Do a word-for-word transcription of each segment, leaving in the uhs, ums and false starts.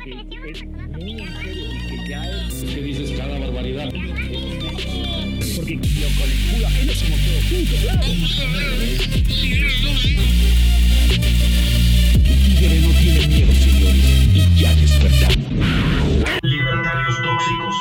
que es muy en serio y que ya es... ¿Qué dices cada barbaridad? Porque lo, con el culo ajeno somos todos juntos, ¿verdad? El tigre no tiene miedo, señores, y ya es verdad. Libertarios tóxicos.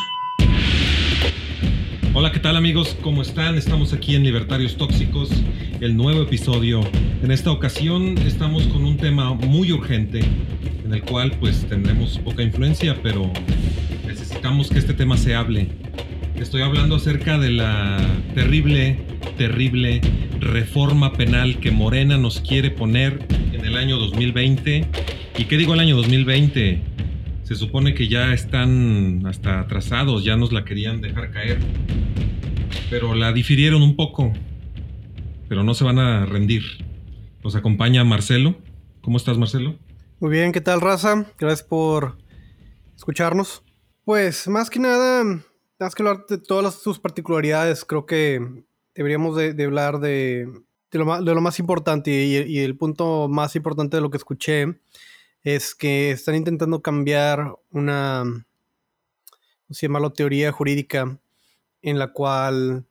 Hola, ¿qué tal amigos? ¿Cómo están? Estamos aquí en Libertarios Tóxicos, el nuevo episodio. En esta ocasión estamos con un tema muy urgente, en el cual pues tendremos poca influencia, pero necesitamos que este tema se hable. Estoy hablando acerca de la terrible, terrible reforma penal que Morena nos quiere poner en el año dos mil veinte. ¿Y qué digo el año dos mil veinte? Se supone que ya están hasta atrasados, ya nos la querían dejar caer. Pero la difirieron un poco, pero no se van a rendir. Nos acompaña Marcelo. ¿Cómo estás, Marcelo? Muy bien, ¿qué tal, raza? Gracias por escucharnos. Pues, más que nada, más que hablar de todas las, sus particularidades, creo que deberíamos de, de hablar de, de, lo más, de lo más importante. Y, y el punto más importante de lo que escuché es que están intentando cambiar una, ¿cómo se llama?, teoría jurídica en la cual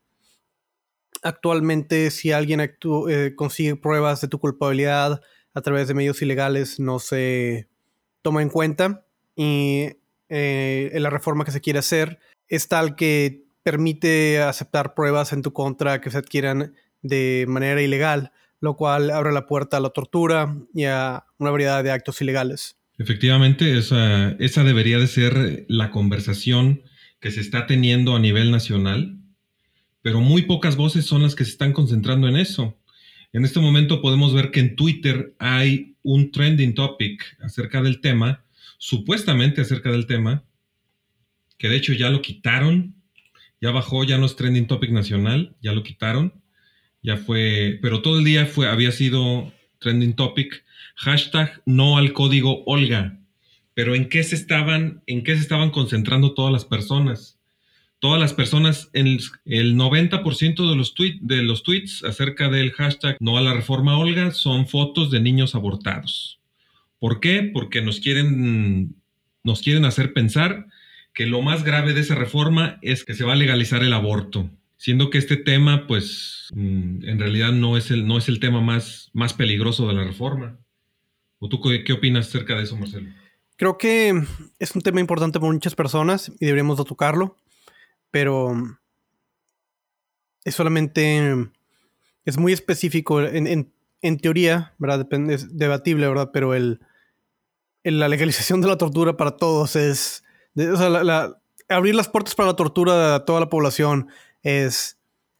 actualmente si alguien actú- eh, consigue pruebas de tu culpabilidad a través de medios ilegales no se toma en cuenta, y eh, la reforma que se quiere hacer es tal que permite aceptar pruebas en tu contra que se adquieran de manera ilegal, lo cual abre la puerta a la tortura y a una variedad de actos ilegales. Efectivamente, esa, esa debería de ser la conversación que se está teniendo a nivel nacional, pero muy pocas voces son las que se están concentrando en eso. En este momento podemos ver que en Twitter hay un trending topic acerca del tema, supuestamente acerca del tema, que de hecho ya lo quitaron, ya bajó, ya no es trending topic nacional, ya lo quitaron, ya fue, pero todo el día fue, había sido trending topic, hashtag no al código Olga. Pero ¿en qué se estaban, en qué se estaban concentrando todas las personas? Todas las personas, el, el noventa por ciento de los, tweet, de los tweets acerca del hashtag no a la reforma Olga son fotos de niños abortados. ¿Por qué? Porque nos quieren, nos quieren hacer pensar que lo más grave de esa reforma es que se va a legalizar el aborto, siendo que este tema, pues, en realidad no es el, no es el tema más, más peligroso de la reforma. ¿O tú qué, qué opinas acerca de eso, Marcelo? Creo que es un tema importante para muchas personas y deberíamos de tocarlo, pero es solamente, es muy específico en, en, en teoría, ¿verdad? Depende, es debatible, ¿verdad? Pero el, el, la legalización de la tortura para todos es, de, o sea, la, la, abrir las puertas para la tortura a toda la población es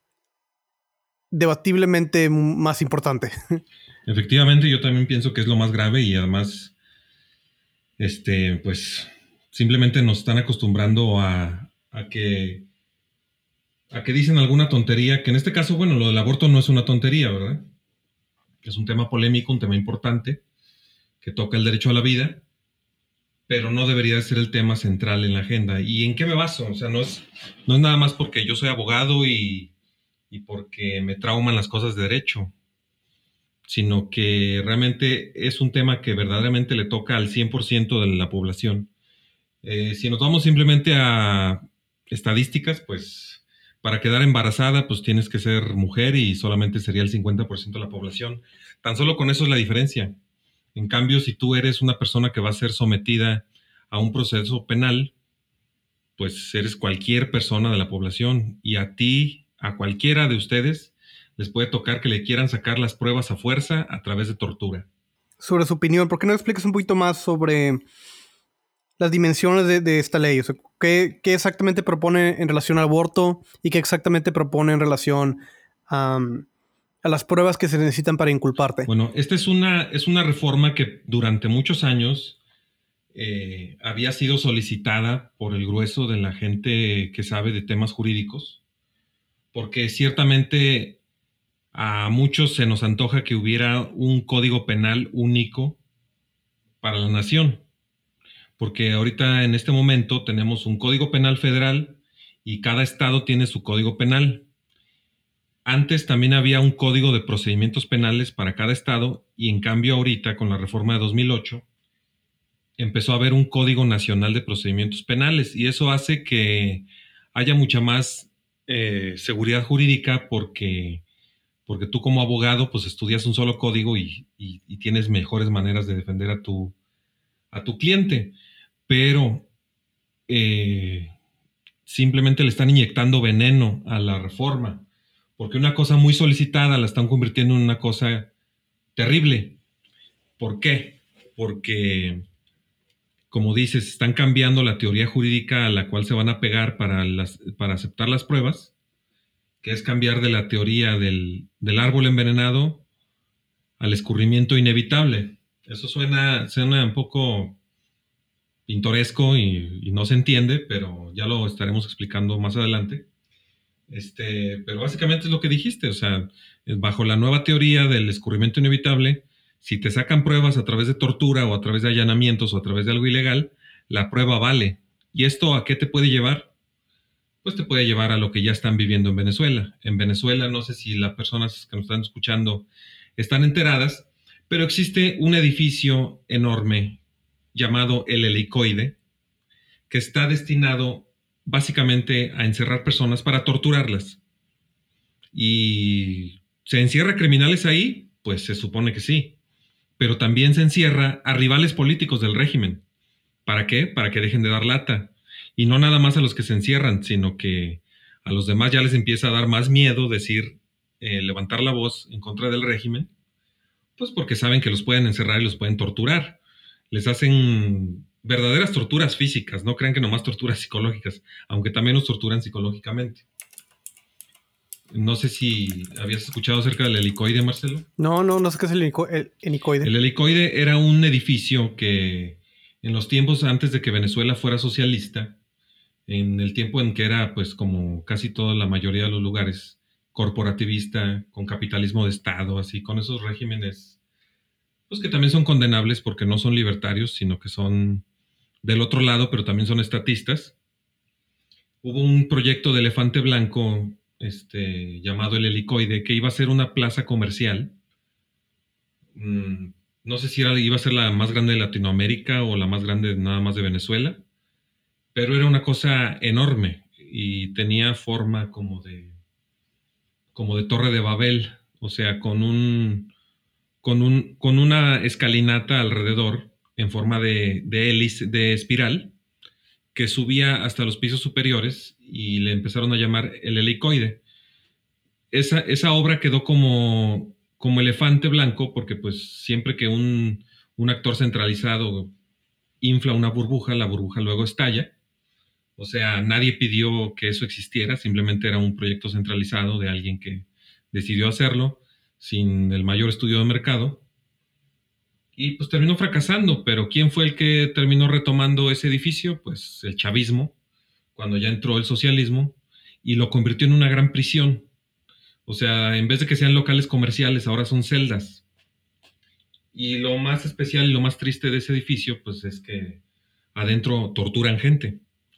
debatiblemente más importante. Efectivamente, yo también pienso que es lo más grave y además, este, pues, simplemente nos están acostumbrando a, a que, a que dicen alguna tontería, que en este caso, bueno, lo del aborto no es una tontería, ¿verdad? Es un tema polémico, un tema importante, que toca el derecho a la vida, pero no debería ser el tema central en la agenda. ¿Y en qué me baso? O sea, no es, no es nada más porque yo soy abogado y, y porque me trauman las cosas de derecho, sino que realmente es un tema que verdaderamente le toca al cien por ciento de la población. Eh, si nos vamos simplemente a estadísticas, pues para quedar embarazada, pues tienes que ser mujer y solamente sería el cincuenta por ciento de la población. Tan solo con eso es la diferencia. En cambio, si tú eres una persona que va a ser sometida a un proceso penal, pues eres cualquier persona de la población y a ti, a cualquiera de ustedes, les puede tocar que le quieran sacar las pruebas a fuerza a través de tortura. Sobre su opinión, ¿por qué no explicas un poquito más sobre las dimensiones de, de esta ley? O sea, ¿qué, ¿qué exactamente propone en relación al aborto y qué exactamente propone en relación um, a las pruebas que se necesitan para inculparte? Bueno, esta es una, es una reforma que durante muchos años eh, había sido solicitada por el grueso de la gente que sabe de temas jurídicos, porque ciertamente a muchos se nos antoja que hubiera un código penal único para la nación, porque ahorita en este momento tenemos un código penal federal y cada estado tiene su código penal. Antes también había un código de procedimientos penales para cada estado y en cambio ahorita con la reforma de dos mil ocho empezó a haber un Código Nacional de Procedimientos Penales y eso hace que haya mucha más eh, seguridad jurídica porque, porque tú como abogado pues estudias un solo código y, y, y tienes mejores maneras de defender a tu, a tu cliente, pero eh, simplemente le están inyectando veneno a la reforma, porque una cosa muy solicitada la están convirtiendo en una cosa terrible. ¿Por qué? Porque, como dices, están cambiando la teoría jurídica a la cual se van a pegar para, las, para aceptar las pruebas, que es cambiar de la teoría del, del árbol envenenado al escurrimiento inevitable. Eso suena, suena un poco pintoresco y, y no se entiende, pero ya lo estaremos explicando más adelante. Este, pero básicamente es lo que dijiste, o sea, bajo la nueva teoría del escurrimiento inevitable, si te sacan pruebas a través de tortura o a través de allanamientos o a través de algo ilegal, la prueba vale. ¿Y esto a qué te puede llevar? Pues te puede llevar a lo que ya están viviendo en Venezuela. En Venezuela, no sé si las personas que nos están escuchando están enteradas, pero existe un edificio enorme llamado el Helicoide, que está destinado básicamente a encerrar personas para torturarlas. ¿Y se encierra criminales ahí? Pues se supone que sí. Pero también se encierra a rivales políticos del régimen. ¿Para qué? Para que dejen de dar lata. Y no nada más a los que se encierran, sino que a los demás ya les empieza a dar más miedo decir, eh, levantar la voz en contra del régimen, pues porque saben que los pueden encerrar y los pueden torturar. Les hacen verdaderas torturas físicas, no crean que nomás torturas psicológicas, aunque también los torturan psicológicamente. No sé si habías escuchado acerca del Helicoide, Marcelo. No, no, no sé qué es el, helico- el helicoide. El Helicoide era un edificio que en los tiempos antes de que Venezuela fuera socialista, en el tiempo en que era, pues como casi toda la mayoría de los lugares, corporativista, con capitalismo de Estado, así, con esos regímenes, pues que también son condenables porque no son libertarios, sino que son del otro lado, pero también son estatistas. Hubo un proyecto de elefante blanco este, llamado el Helicoide, que iba a ser una plaza comercial. Mm, no sé si era, iba a ser la más grande de Latinoamérica o la más grande nada más de Venezuela, pero era una cosa enorme y tenía forma como de, como de Torre de Babel, o sea, con un, con un, con una escalinata alrededor en forma de, de hélice, de espiral, que subía hasta los pisos superiores y le empezaron a llamar el Helicoide. Esa, esa obra quedó como, como elefante blanco porque pues siempre que un, un actor centralizado infla una burbuja, la burbuja luego estalla. O sea, nadie pidió que eso existiera, simplemente era un proyecto centralizado de alguien que decidió hacerlo sin el mayor estudio de mercado. Y pues terminó fracasando, pero ¿quién fue el que terminó retomando ese edificio? Pues el chavismo, cuando ya entró el socialismo, y lo convirtió en una gran prisión. O sea, en vez de que sean locales comerciales, ahora son celdas. Y lo más especial y lo más triste de ese edificio, pues es que adentro torturan gente.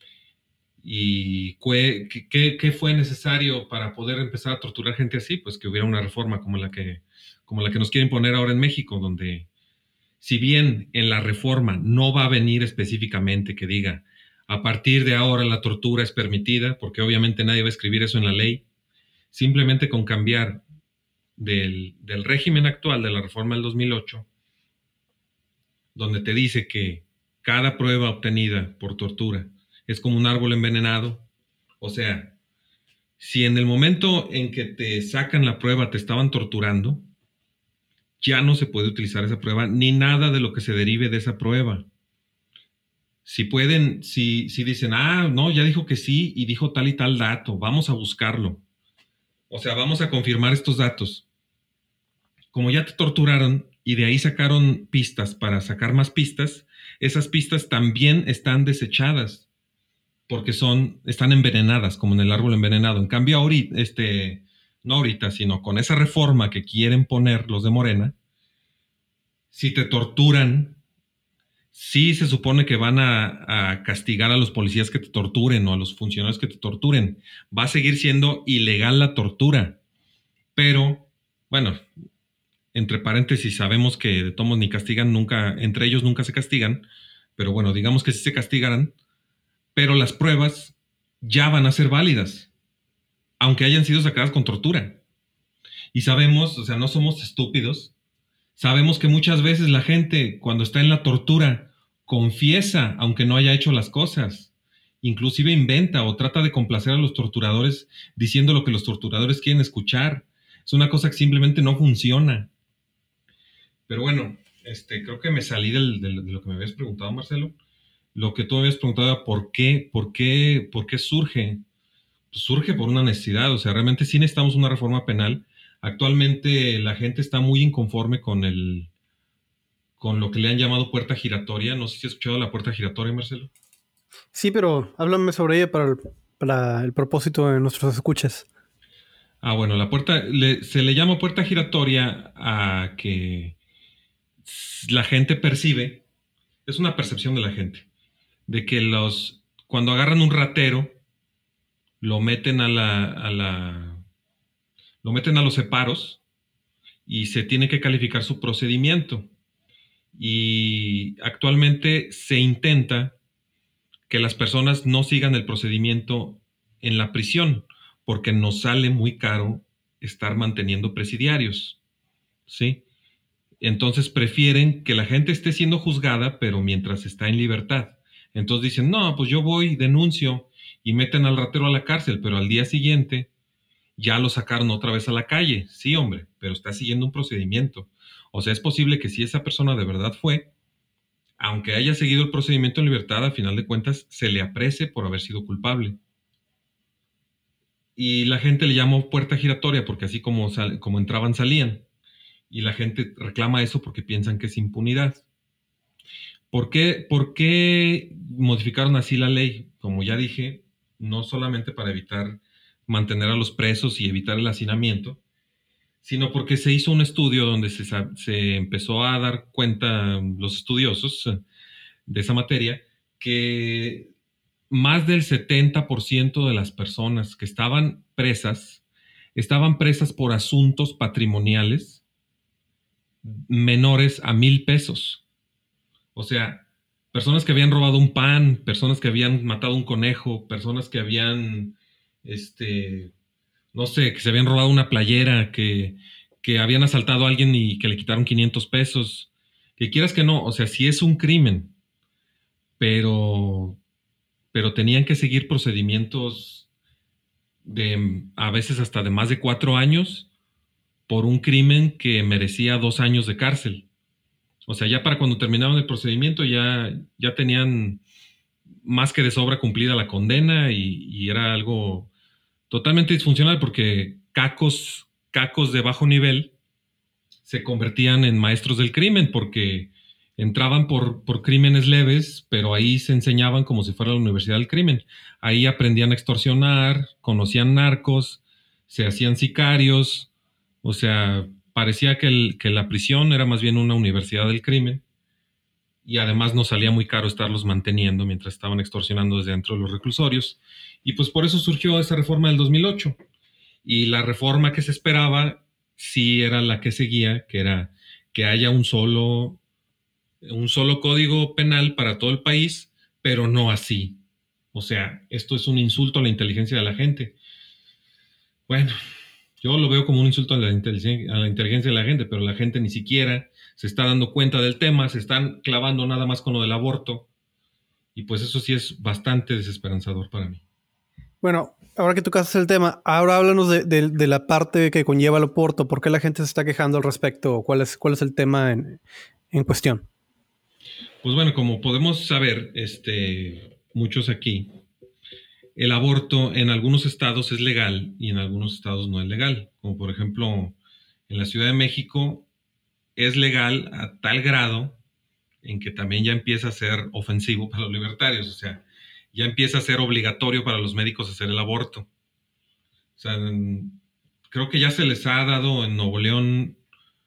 ¿Y qué, qué fue necesario para poder empezar a torturar gente así? Pues que hubiera una reforma como la que, como la que nos quieren poner ahora en México, donde si bien en la reforma no va a venir específicamente que diga a partir de ahora la tortura es permitida, porque obviamente nadie va a escribir eso en la ley, simplemente con cambiar del, del régimen actual de la reforma del dos mil ocho, donde te dice que cada prueba obtenida por tortura es como un árbol envenenado. O sea, si en el momento en que te sacan la prueba te estaban torturando, ya no se puede utilizar esa prueba ni nada de lo que se derive de esa prueba. Si pueden, si, si dicen, ah, no, ya dijo que sí y dijo tal y tal dato, vamos a buscarlo. O sea, vamos a confirmar estos datos. Como ya te torturaron y de ahí sacaron pistas para sacar más pistas, esas pistas también están desechadas porque son, están envenenadas, como en el árbol envenenado. En cambio, ahorita, este, no ahorita, sino con esa reforma que quieren poner los de Morena, si te torturan, sí se supone que van a, a castigar a los policías que te torturen o a los funcionarios que te torturen. Va a seguir siendo ilegal la tortura. Pero, bueno, entre paréntesis, sabemos que de tomos ni castigan nunca, entre ellos nunca se castigan, pero bueno, digamos que sí se castigaran, pero las pruebas ya van a ser válidas, aunque hayan sido sacadas con tortura. Y sabemos, o sea, no somos estúpidos, sabemos que muchas veces la gente, cuando está en la tortura, confiesa, aunque no haya hecho las cosas. Inclusive inventa o trata de complacer a los torturadores diciendo lo que los torturadores quieren escuchar. Es una cosa que simplemente no funciona. Pero bueno, este, creo que me salí del, del, de lo que me habías preguntado, Marcelo. Lo que tú me habías preguntado era ¿por qué? ¿Por qué? ¿Por qué surge? Pues surge por una necesidad. O sea, realmente sí necesitamos una reforma penal. Actualmente la gente está muy inconforme con el, con lo que le han llamado puerta giratoria. No sé si has escuchado la puerta giratoria, Marcelo. Sí, pero háblame sobre ella para el, para el propósito de nuestros escuchas. Ah, bueno, la puerta, le, se le llama puerta giratoria a que la gente percibe, es una percepción de la gente, de que los, cuando agarran un ratero, lo meten a la, a la, lo meten a los separos y se tiene que calificar su procedimiento. Y actualmente se intenta que las personas no sigan el procedimiento en la prisión, porque nos sale muy caro estar manteniendo presidiarios, ¿sí? Entonces prefieren que la gente esté siendo juzgada, pero mientras está en libertad. Entonces dicen, no, pues yo voy, denuncio, y meten al ratero a la cárcel, pero al día siguiente ya lo sacaron otra vez a la calle. Sí, hombre, pero está siguiendo un procedimiento. O sea, es posible que si esa persona de verdad fue, aunque haya seguido el procedimiento en libertad, a final de cuentas se le aprecie por haber sido culpable. Y la gente le llamó puerta giratoria porque así como, sal, como entraban, salían. Y la gente reclama eso porque piensan que es impunidad. ¿Por qué, ¿Por qué modificaron así la ley? Como ya dije, no solamente para evitar mantener a los presos y evitar el hacinamiento, sino porque se hizo un estudio donde se, se empezó a dar cuenta los estudiosos de esa materia que más del setenta por ciento de las personas que estaban presas estaban presas por asuntos patrimoniales menores a mil pesos. O sea, personas que habían robado un pan, personas que habían matado un conejo, personas que habían, este, no sé, que se habían robado una playera, que, que habían asaltado a alguien y que le quitaron quinientos pesos. Que quieras que no, o sea, sí es un crimen, pero, pero tenían que seguir procedimientos de, a veces hasta de más de cuatro años por un crimen que merecía dos años de cárcel. O sea, ya para cuando terminaban el procedimiento ya, ya tenían más que de sobra cumplida la condena y, y era algo totalmente disfuncional porque cacos, cacos de bajo nivel se convertían en maestros del crimen porque entraban por, por crímenes leves, pero ahí se enseñaban como si fuera la universidad del crimen. Ahí aprendían a extorsionar, conocían narcos, se hacían sicarios, o sea, parecía que, el, que la prisión era más bien una universidad del crimen y además nos salía muy caro estarlos manteniendo mientras estaban extorsionando desde dentro de los reclusorios. Y pues por eso surgió esa reforma del dos mil ocho. Y la reforma que se esperaba sí era la que seguía, que era que haya un solo, un solo código penal para todo el país, pero no así. O sea, esto es un insulto a la inteligencia de la gente. Bueno, yo lo veo como un insulto a la, inteligencia, a la inteligencia de la gente, pero la gente ni siquiera se está dando cuenta del tema, se están clavando nada más con lo del aborto, y pues eso sí es bastante desesperanzador para mí. Bueno, ahora que tocas el tema, ahora háblanos de, de, de la parte que conlleva el aborto. ¿Por qué la gente se está quejando al respecto? ¿Cuál es, cuál es el tema en, en cuestión? Pues bueno, como podemos saber, este, muchos aquí, el aborto en algunos estados es legal y en algunos estados no es legal. Como por ejemplo, en la Ciudad de México es legal a tal grado en que también ya empieza a ser ofensivo para los libertarios. O sea, ya empieza a ser obligatorio para los médicos hacer el aborto. O sea, creo que ya se les ha dado en Nuevo León,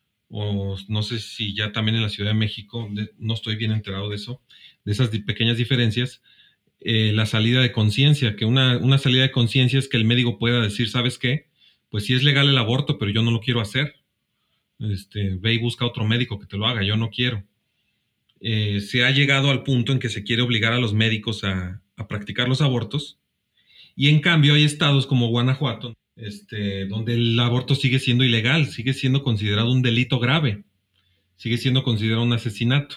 o no sé si ya también en la Ciudad de México, no estoy bien enterado de eso, de esas pequeñas diferencias. Eh, la salida de conciencia, que una, una salida de conciencia es que el médico pueda decir, ¿sabes qué? Pues sí es legal el aborto, pero yo no lo quiero hacer. Este, ve y busca otro médico que te lo haga, yo no quiero. eh, se ha llegado al punto en que se quiere obligar a los médicos a, a practicar los abortos, y en cambio hay estados como Guanajuato, este, donde el aborto sigue siendo ilegal, sigue siendo considerado un delito grave, sigue siendo considerado un asesinato.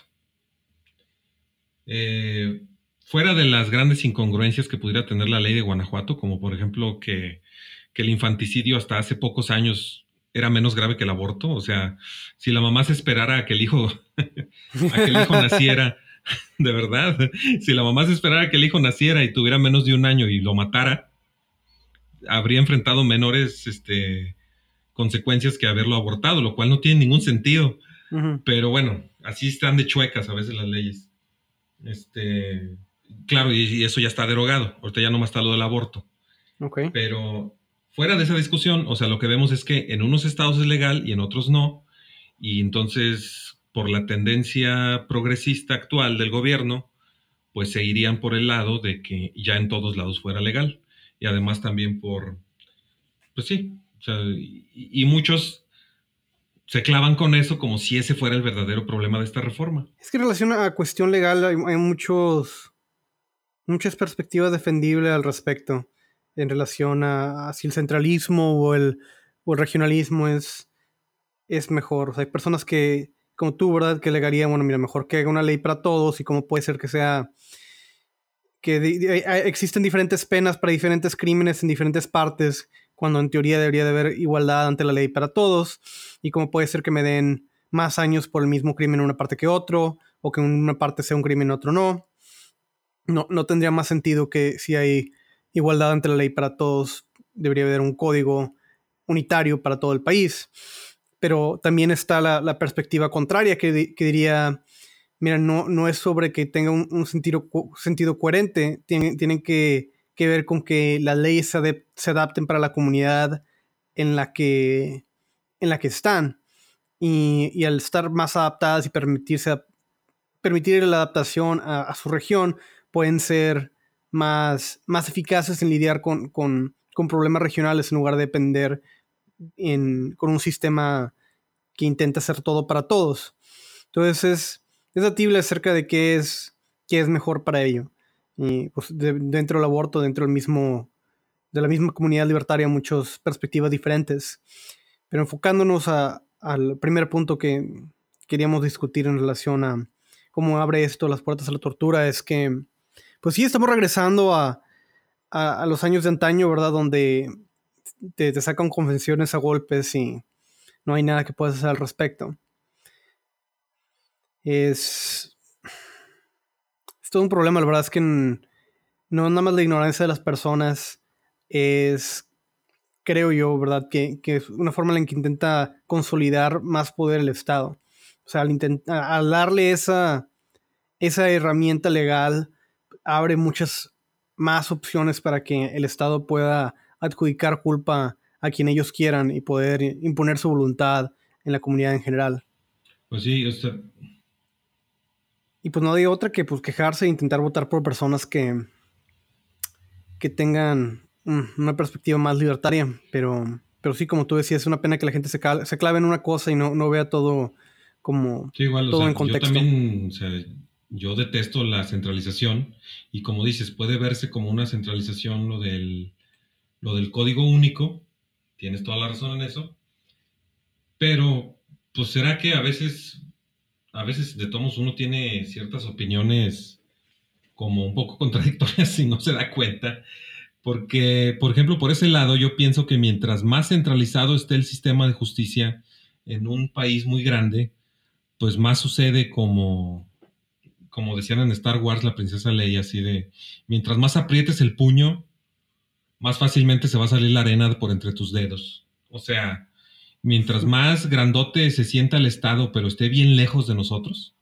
Eh, fuera de las grandes incongruencias que pudiera tener la ley de Guanajuato, como por ejemplo que, que el infanticidio hasta hace pocos años era menos grave que el aborto, o sea, si la mamá se esperara a que el hijo, a que el hijo naciera, de verdad, si la mamá se esperara a que el hijo naciera y tuviera menos de un año y lo matara, habría enfrentado menores este, consecuencias que haberlo abortado, lo cual no tiene ningún sentido. Uh-huh. Pero bueno, así están de chuecas a veces las leyes. Este, claro, y, y eso ya está derogado. Ahorita ya nomás está lo del aborto. Okay. Pero fuera de esa discusión, o sea, lo que vemos es que en unos estados es legal y en otros no. Y entonces, por la tendencia progresista actual del gobierno, pues se irían por el lado de que ya en todos lados fuera legal. Y además también por, pues sí, o sea, y, y muchos se clavan con eso como si ese fuera el verdadero problema de esta reforma. Es que en relación a cuestión legal hay, hay muchos, muchas perspectivas defendibles al respecto en relación a, a si el centralismo o el, o el regionalismo es, es mejor. O sea, hay personas que, como tú, ¿verdad?, que alegarían, bueno, mira, mejor que haga una ley para todos y cómo puede ser que sea... que de, de, existen diferentes penas para diferentes crímenes en diferentes partes, cuando en teoría debería de haber igualdad ante la ley para todos, y cómo puede ser que me den más años por el mismo crimen en una parte que otro, o que en una parte sea un crimen en otro no. No, no tendría más sentido que si hay igualdad ante la ley para todos, debería haber un código unitario para todo el país. Pero también está la, la perspectiva contraria que, que diría... Mira, no, no es sobre que tenga un, un sentido, sentido coherente, tienen, tienen que, que ver con que las leyes se, adep- se adapten para la comunidad en la que, en la que están. Y, y al estar más adaptadas y permitirse, permitir la adaptación a, a su región, pueden ser más, más eficaces en lidiar con, con, con problemas regionales en lugar de depender en, con un sistema que intenta hacer todo para todos. Entonces es... es debatible acerca de qué es, qué es mejor para ello. Y pues de, dentro del aborto, dentro del mismo, de la misma comunidad libertaria, muchas perspectivas diferentes. Pero enfocándonos a, al primer punto que queríamos discutir en relación a cómo abre esto las puertas a la tortura, es que, pues sí, estamos regresando a, a, a los años de antaño, ¿verdad? Donde te, te sacan convenciones a golpes y no hay nada que puedas hacer al respecto. Es, es todo un problema, la verdad es que en, no nada más la ignorancia de las personas, es, creo yo, ¿verdad? Que, que es una forma en la que intenta consolidar más poder el Estado. O sea, al, intenta, al darle esa, esa herramienta legal, abre muchas más opciones para que el Estado pueda adjudicar culpa a quien ellos quieran y poder imponer su voluntad en la comunidad en general. Pues sí, o sea... Y pues no hay otra que pues quejarse e intentar votar por personas que, que tengan um, una perspectiva más libertaria. Pero, pero sí, como tú decías, es una pena que la gente se, cal- se clave en una cosa y no, no vea todo como sí, igual, todo o sea, en contexto. Yo también, o sea, yo detesto la centralización y como dices, puede verse como una centralización lo del, lo del código único. Tienes toda la razón en eso. Pero, pues, ¿será que a veces... a veces de todos uno tiene ciertas opiniones como un poco contradictorias y no se da cuenta? Porque, por ejemplo, por ese lado yo pienso que mientras más centralizado esté el sistema de justicia en un país muy grande, pues más sucede como, como decían en Star Wars, la princesa Leia, así de, mientras más aprietes el puño, más fácilmente se va a salir la arena por entre tus dedos. O sea... mientras más grandote se sienta el Estado, pero esté bien lejos de nosotros,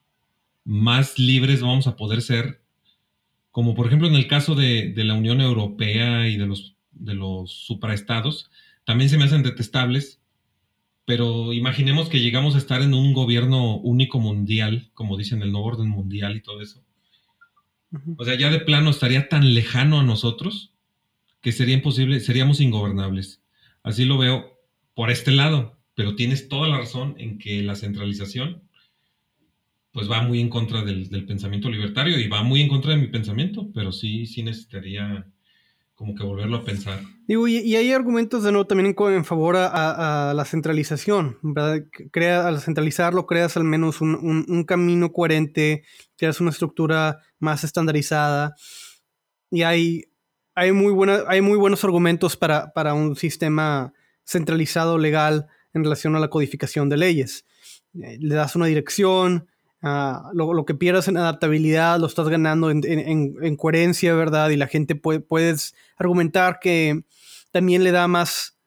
más libres vamos a poder ser. Como por ejemplo en el caso de, de la Unión Europea y de los, de los supraestados, también se me hacen detestables, pero imaginemos que llegamos a estar en un gobierno único mundial, como dicen, el nuevo orden mundial y todo eso. O sea, ya de plano estaría tan lejano a nosotros que sería imposible, seríamos ingobernables. Así lo veo por este lado, pero tienes toda la razón en que la centralización pues va muy en contra del, del pensamiento libertario y va muy en contra de mi pensamiento, pero sí, sí necesitaría como que volverlo a pensar. Digo, y, y hay argumentos de nuevo también en, en favor a, a, a la centralización, ¿verdad? Crea, al centralizarlo creas al menos un, un, un camino coherente, creas una estructura más estandarizada y hay, hay, muy, buena, hay muy buenos argumentos para, para un sistema centralizado legal en relación a la codificación de leyes. Eh, le das una dirección, uh, lo, lo que pierdas en adaptabilidad lo estás ganando en, en, en coherencia, ¿verdad? Y la gente puede, puedes argumentar que también le da más,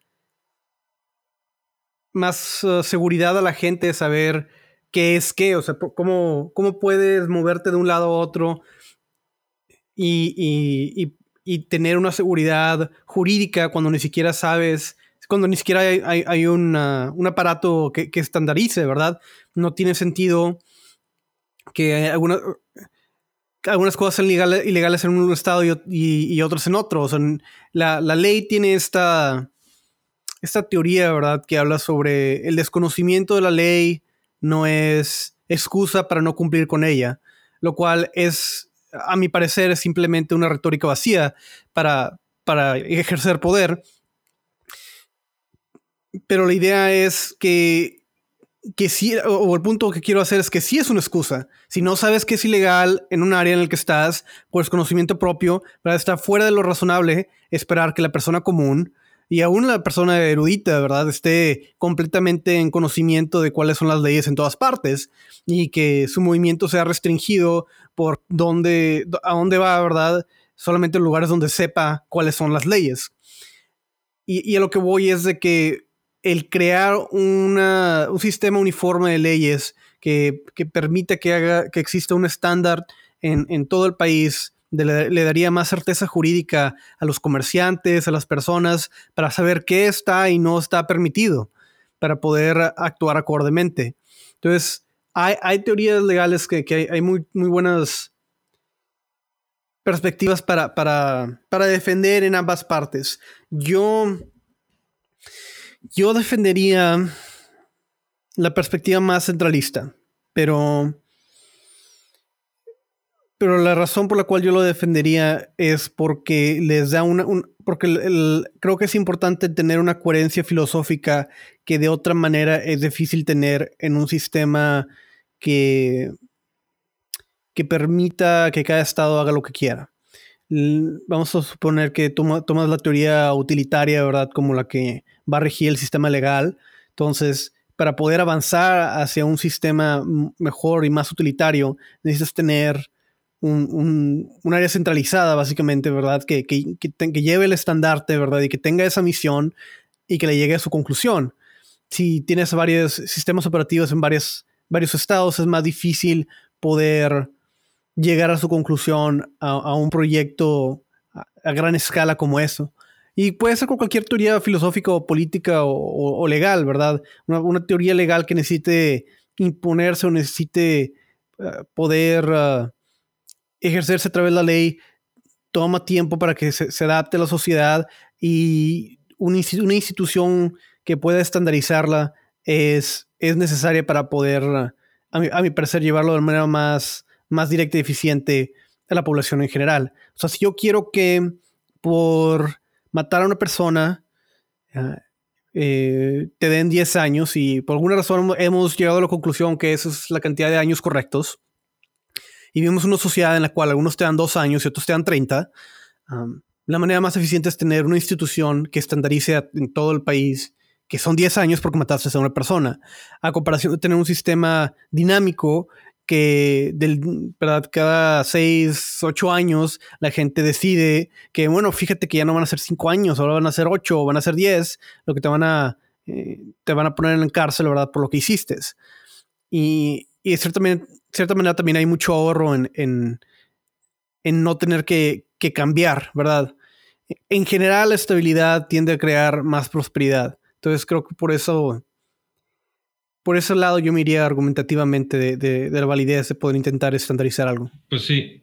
más uh, seguridad a la gente de saber qué es qué, o sea, cómo, cómo puedes moverte de un lado a otro y, y, y, y tener una seguridad jurídica cuando ni siquiera sabes, cuando ni siquiera hay, hay, hay una, un aparato que, que estandarice, ¿verdad? No tiene sentido que algunas, algunas cosas sean ilegales, ilegales en un estado y, y, y otras en otro. O sea, la, la ley tiene esta, esta teoría, ¿verdad? Que habla sobre el desconocimiento de la ley no es excusa para no cumplir con ella, lo cual es, a mi parecer, es simplemente una retórica vacía para, para ejercer poder. Pero la idea es que, que sí, o el punto que quiero hacer es que sí es una excusa. Si no sabes que es ilegal en un área en el que estás, por desconocimiento propio, ¿verdad? Está fuera de lo razonable esperar que la persona común y aún la persona erudita, ¿verdad?, esté completamente en conocimiento de cuáles son las leyes en todas partes y que su movimiento sea restringido por dónde, a dónde va, ¿verdad?, solamente en lugares donde sepa cuáles son las leyes. Y, y a lo que voy es de que el crear una, un sistema uniforme de leyes que, que permita que, haga, que exista un estándar en, en todo el país de, le, le daría más certeza jurídica a los comerciantes, a las personas, para saber qué está y no está permitido, para poder actuar acordemente. Entonces, hay, hay teorías legales que, que hay, hay muy, muy buenas perspectivas para, para, para defender en ambas partes. Yo... Yo defendería la perspectiva más centralista, pero, pero la razón por la cual yo lo defendería es porque les da una, un, porque el, el, creo que es importante tener una coherencia filosófica que de otra manera es difícil tener en un sistema que, que permita que cada estado haga lo que quiera. Vamos a suponer que toma, tomas la teoría utilitaria, ¿verdad?, como la que va a regir el sistema legal. Entonces, para poder avanzar hacia un sistema mejor y más utilitario, necesitas tener un, un, un área centralizada, básicamente, ¿verdad?, que, que, que, te, que lleve el estandarte, ¿verdad?, y que tenga esa misión y que le llegue a su conclusión. Si tienes varios sistemas operativos en varios, varios estados, es más difícil poder llegar a su conclusión a, a un proyecto a, a gran escala como eso. Y puede ser con cualquier teoría filosófica o política o, o, o legal, ¿verdad? Una, una teoría legal que necesite imponerse o necesite uh, poder uh, ejercerse a través de la ley toma tiempo para que se, se adapte a la sociedad, y una, una institución que pueda estandarizarla es, es necesaria para poder, uh, a, mi, a mi parecer, llevarlo de manera más... más directa y eficiente a la población en general. O sea, si yo quiero que por matar a una persona uh, eh, te den diez años y por alguna razón hemos llegado a la conclusión que esa es la cantidad de años correctos y vivimos una sociedad en la cual algunos te dan dos años y otros te dan treinta, um, la manera más eficiente es tener una institución que estandarice en todo el país que son diez años porque mataste a una persona, a comparación de tener un sistema dinámico que del, ¿verdad?, cada seis, ocho años la gente decide que, bueno, fíjate que ya no van a ser cinco años, ahora van a ser ocho o van a ser diez, lo que te van a, eh, te van a poner en la cárcel, ¿verdad?, por lo que hiciste. Y, y de cierta, cierta manera también hay mucho ahorro en, en, en no tener que, que cambiar, ¿verdad? En general, la estabilidad tiende a crear más prosperidad. Entonces creo que por eso... Por ese lado yo me iría argumentativamente de, de, de la validez de poder intentar estandarizar algo. Pues sí.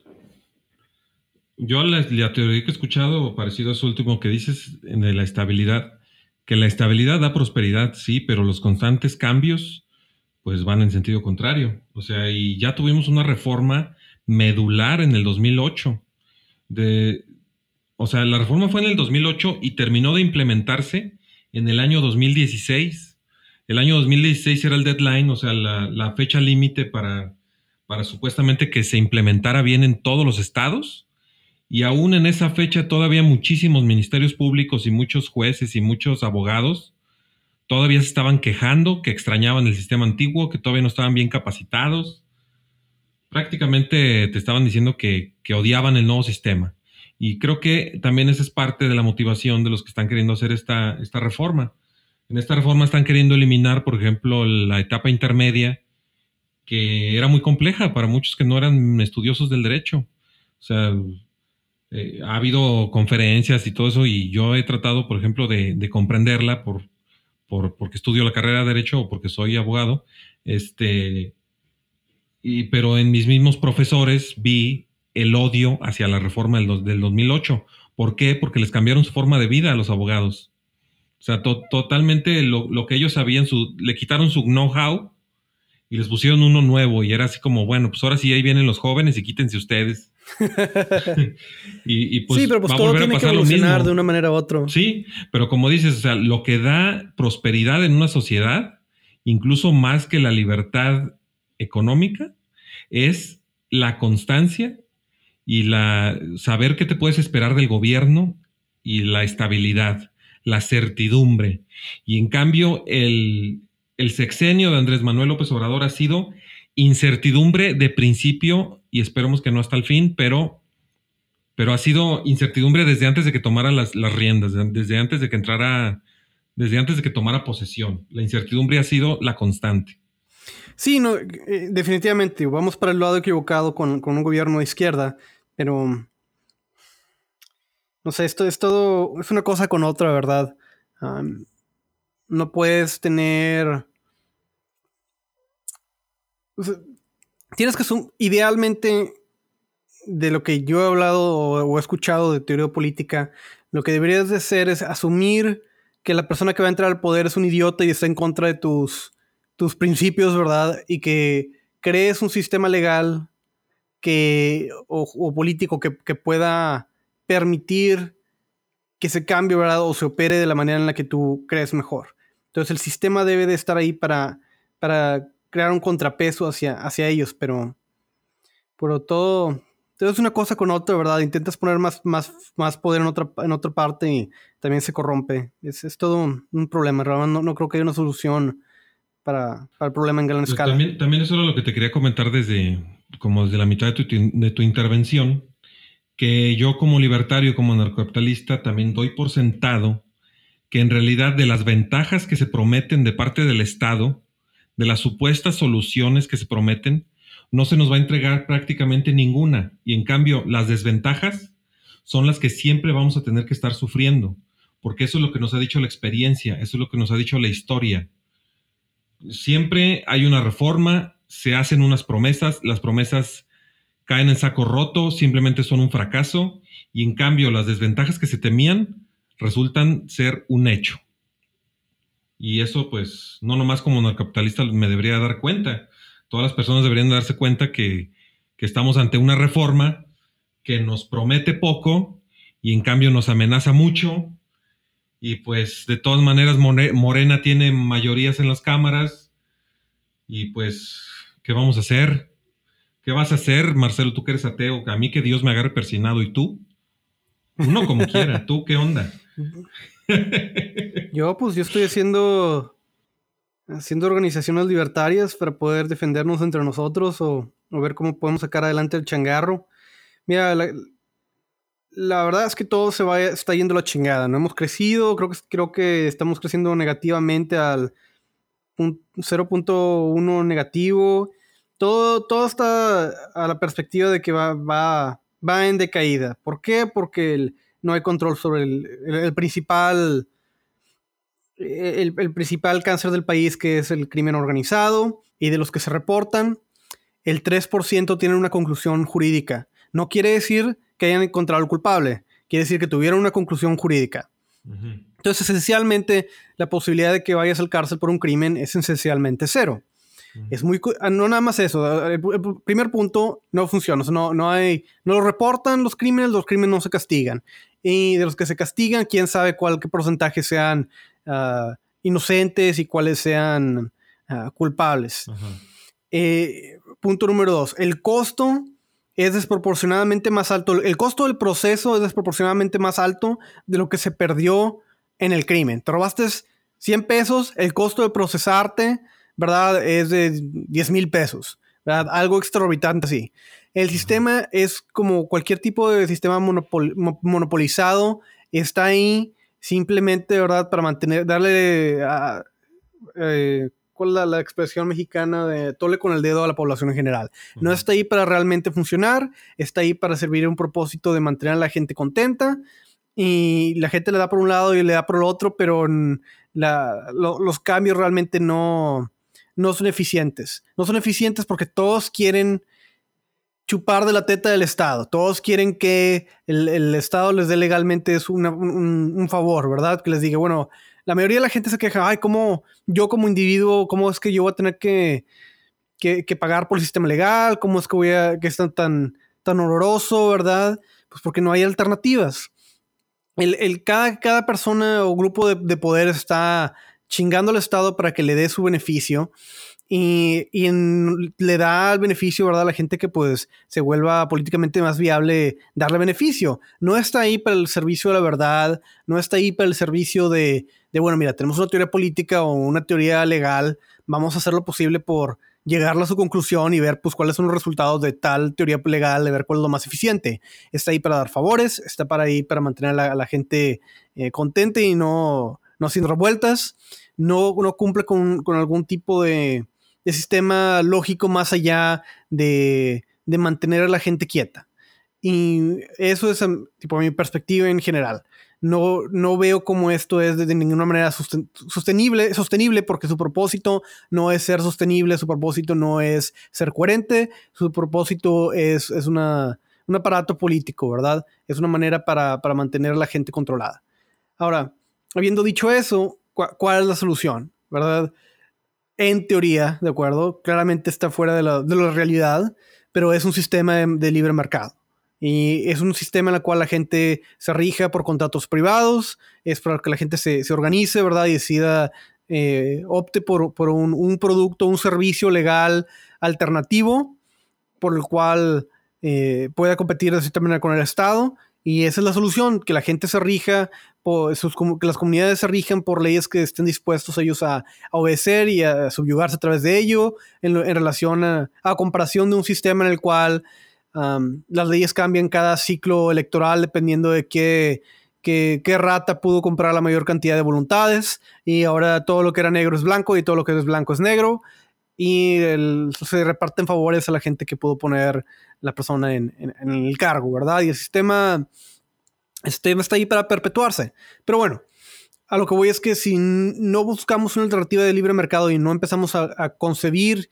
Yo la, la teoría que he escuchado, parecido a eso último que dices, de la estabilidad, que la estabilidad da prosperidad, sí, pero los constantes cambios pues van en sentido contrario. O sea, y ya tuvimos una reforma medular en el dos mil ocho. De, o sea, la reforma fue en el dos mil ocho y terminó de implementarse en el año dos mil dieciséis. El año dos mil dieciséis era el deadline, o sea, la, la fecha límite para, para supuestamente que se implementara bien en todos los estados. Y aún en esa fecha todavía muchísimos ministerios públicos y muchos jueces y muchos abogados todavía se estaban quejando, que extrañaban el sistema antiguo, que todavía no estaban bien capacitados. Prácticamente te estaban diciendo que, que odiaban el nuevo sistema. Y creo que también esa es parte de la motivación de los que están queriendo hacer esta, esta reforma. En esta reforma están queriendo eliminar, por ejemplo, la etapa intermedia, que era muy compleja para muchos que no eran estudiosos del derecho. O sea, eh, ha habido conferencias y todo eso, y yo he tratado, por ejemplo, de, de comprenderla por, por, porque estudio la carrera de Derecho o porque soy abogado. Este, y, pero en mis mismos profesores vi el odio hacia la reforma del, del dos mil ocho. ¿Por qué? Porque les cambiaron su forma de vida a los abogados. O sea, to, totalmente lo, lo que ellos sabían, su, le quitaron su know-how y les pusieron uno nuevo. Y era así como, bueno, pues ahora sí, ahí vienen los jóvenes y quítense ustedes. y, y pues sí, pero pues va todo a volver tiene a pasar que lo mismo. evolucionar de una manera u otra. Sí, pero como dices, o sea, lo que da prosperidad en una sociedad, incluso más que la libertad económica, es la constancia y la saber qué te puedes esperar del gobierno y la estabilidad, la certidumbre. Y en cambio, el, el sexenio de Andrés Manuel López Obrador ha sido incertidumbre de principio, y esperemos que no hasta el fin, pero, pero ha sido incertidumbre desde antes de que tomara las, las riendas, desde antes de que entrara, desde antes de que tomara posesión. La incertidumbre ha sido la constante. Sí, no, eh, definitivamente. Vamos para el lado equivocado con, con un gobierno de izquierda, pero no sé, esto es todo, es una cosa con otra, ¿verdad? Um, no puedes tener... O sea, tienes que, idealmente, de lo que yo he hablado o, o he escuchado de teoría política, lo que deberías de hacer es asumir que la persona que va a entrar al poder es un idiota y está en contra de tus, tus principios, ¿verdad? Y que crees un sistema legal que, o, o político que, que pueda permitir que se cambie, ¿verdad? O se opere de la manera en la que tú crees mejor. Entonces el sistema debe de estar ahí para, para crear un contrapeso hacia, hacia ellos, pero, pero todo, todo es una cosa con otra, ¿verdad? Intentas poner más, más, más poder en otra, en otra parte y también se corrompe. Es, es todo un, un problema, realmente no, no creo que haya una solución para, para el problema en gran pues escala. También, también eso era lo que te quería comentar desde, como desde la mitad de tu, de tu intervención, que yo como libertario, como anarcocapitalista, también doy por sentado que en realidad de las ventajas que se prometen de parte del Estado, de las supuestas soluciones que se prometen, no se nos va a entregar prácticamente ninguna. Y en cambio, las desventajas son las que siempre vamos a tener que estar sufriendo, porque eso es lo que nos ha dicho la experiencia, eso es lo que nos ha dicho la historia. Siempre hay una reforma, se hacen unas promesas, las promesas caen en saco roto, simplemente son un fracaso, y en cambio las desventajas que se temían resultan ser un hecho. Y eso, pues, no nomás como anarcocapitalista me debería dar cuenta. Todas las personas deberían darse cuenta que, que estamos ante una reforma que nos promete poco y en cambio nos amenaza mucho. Y pues, de todas maneras, Morena tiene mayorías en las cámaras. Y pues, ¿qué vamos a hacer? ¿Qué vas a hacer, Marcelo? Tú que eres ateo, a mí que Dios me agarre persinado. ¿Y tú? Uno como quiera. ¿Tú qué onda? Yo, pues, yo estoy haciendo haciendo organizaciones libertarias para poder defendernos entre nosotros o, o ver cómo podemos sacar adelante el changarro. Mira, la, la verdad es que todo se va, está yendo a la chingada. No hemos crecido, creo que, creo que estamos creciendo negativamente al cero punto uno negativo. Todo, todo está a la perspectiva de que va, va, va en decaída. ¿Por qué? Porque el, no hay control sobre el, el, el principal el, el principal cáncer del país, que es el crimen organizado, y de los que se reportan, el tres por ciento tienen una conclusión jurídica. No quiere decir que hayan encontrado al culpable, quiere decir que tuvieron una conclusión jurídica. Uh-huh. Entonces, esencialmente, la posibilidad de que vayas al cárcel por un crimen es esencialmente cero. Uh-huh. Es muy... No nada más eso. El, el primer punto no funciona. O sea, no, no hay... No lo reportan los crímenes, los crímenes no se castigan. Y de los que se castigan, quién sabe cuál qué porcentaje sean uh, inocentes y cuáles sean uh, culpables. Uh-huh. Eh, punto número dos. El costo es desproporcionadamente más alto. El costo del proceso es desproporcionadamente más alto de lo que se perdió en el crimen. Te robaste cien pesos, el costo de procesarte, ¿verdad? Es de diez mil pesos, ¿verdad? Algo extraorbitante así. El sistema es como cualquier tipo de sistema monopol- monopolizado. Está ahí simplemente, ¿verdad? Para mantener, darle a... Eh, ¿cuál es la, la expresión mexicana de tole con el dedo a la población en general? Uh-huh. No está ahí para realmente funcionar, está ahí para servir un propósito de mantener a la gente contenta y la gente le da por un lado y le da por el otro, pero la, lo, los cambios realmente no, no son eficientes. No son eficientes porque todos quieren chupar de la teta del Estado. Todos quieren que el, el Estado les dé legalmente una, un, un favor, ¿verdad? Que les diga, bueno... La mayoría de la gente se queja, ay, ¿cómo yo como individuo, cómo es que yo voy a tener que, que, que pagar por el sistema legal? ¿Cómo es que voy a, que es tan, tan, tan horroroso, verdad? Pues porque no hay alternativas. El, el, cada, cada persona o grupo de, de poder está chingando al Estado para que le dé su beneficio y, y en, le da el beneficio, ¿verdad? A la gente que pues se vuelva políticamente más viable darle beneficio. No está ahí para el servicio de la verdad, no está ahí para el servicio de, de bueno, mira, tenemos una teoría política o una teoría legal, vamos a hacer lo posible por llegar a su conclusión y ver pues cuáles son los resultados de tal teoría legal, de ver cuál es lo más eficiente. Está ahí para dar favores, está para ahí para mantener a la, a la gente eh, contenta y no, no sin revueltas, no, no cumple con, con algún tipo de de sistema lógico más allá de, de mantener a la gente quieta. Y eso es tipo mi perspectiva en general. No, no veo cómo esto es de, de ninguna manera susten- sostenible, sostenible porque su propósito no es ser sostenible, su propósito no es ser coherente, su propósito es, es una, un aparato político, ¿verdad? Es una manera para, para mantener a la gente controlada. Ahora, habiendo dicho eso, ¿cu- ¿cuál es la solución? ¿Verdad? En teoría, ¿de acuerdo? Claramente está fuera de la, de la realidad, pero es un sistema de, de libre mercado. Y es un sistema en el cual la gente se rija por contratos privados, es para que la gente se, se organice, ¿verdad? Y decida, eh, opte por, por un, un producto, un servicio legal alternativo, por el cual eh, pueda competir de cierta manera con el Estado. Y esa es la solución, que la gente se rija, por sus, que las comunidades se rijan por leyes que estén dispuestos ellos a, a obedecer y a subyugarse a través de ello, en, en relación a, a comparación de un sistema en el cual um, las leyes cambian cada ciclo electoral dependiendo de qué, qué, qué rata pudo comprar la mayor cantidad de voluntades, y ahora todo lo que era negro es blanco y todo lo que es blanco es negro, y el, se reparten favores a la gente que pudo poner la persona en, en, en el cargo, ¿verdad? Y el sistema, el sistema está ahí para perpetuarse. Pero bueno, a lo que voy es que si no buscamos una alternativa de libre mercado y no empezamos a, a concebir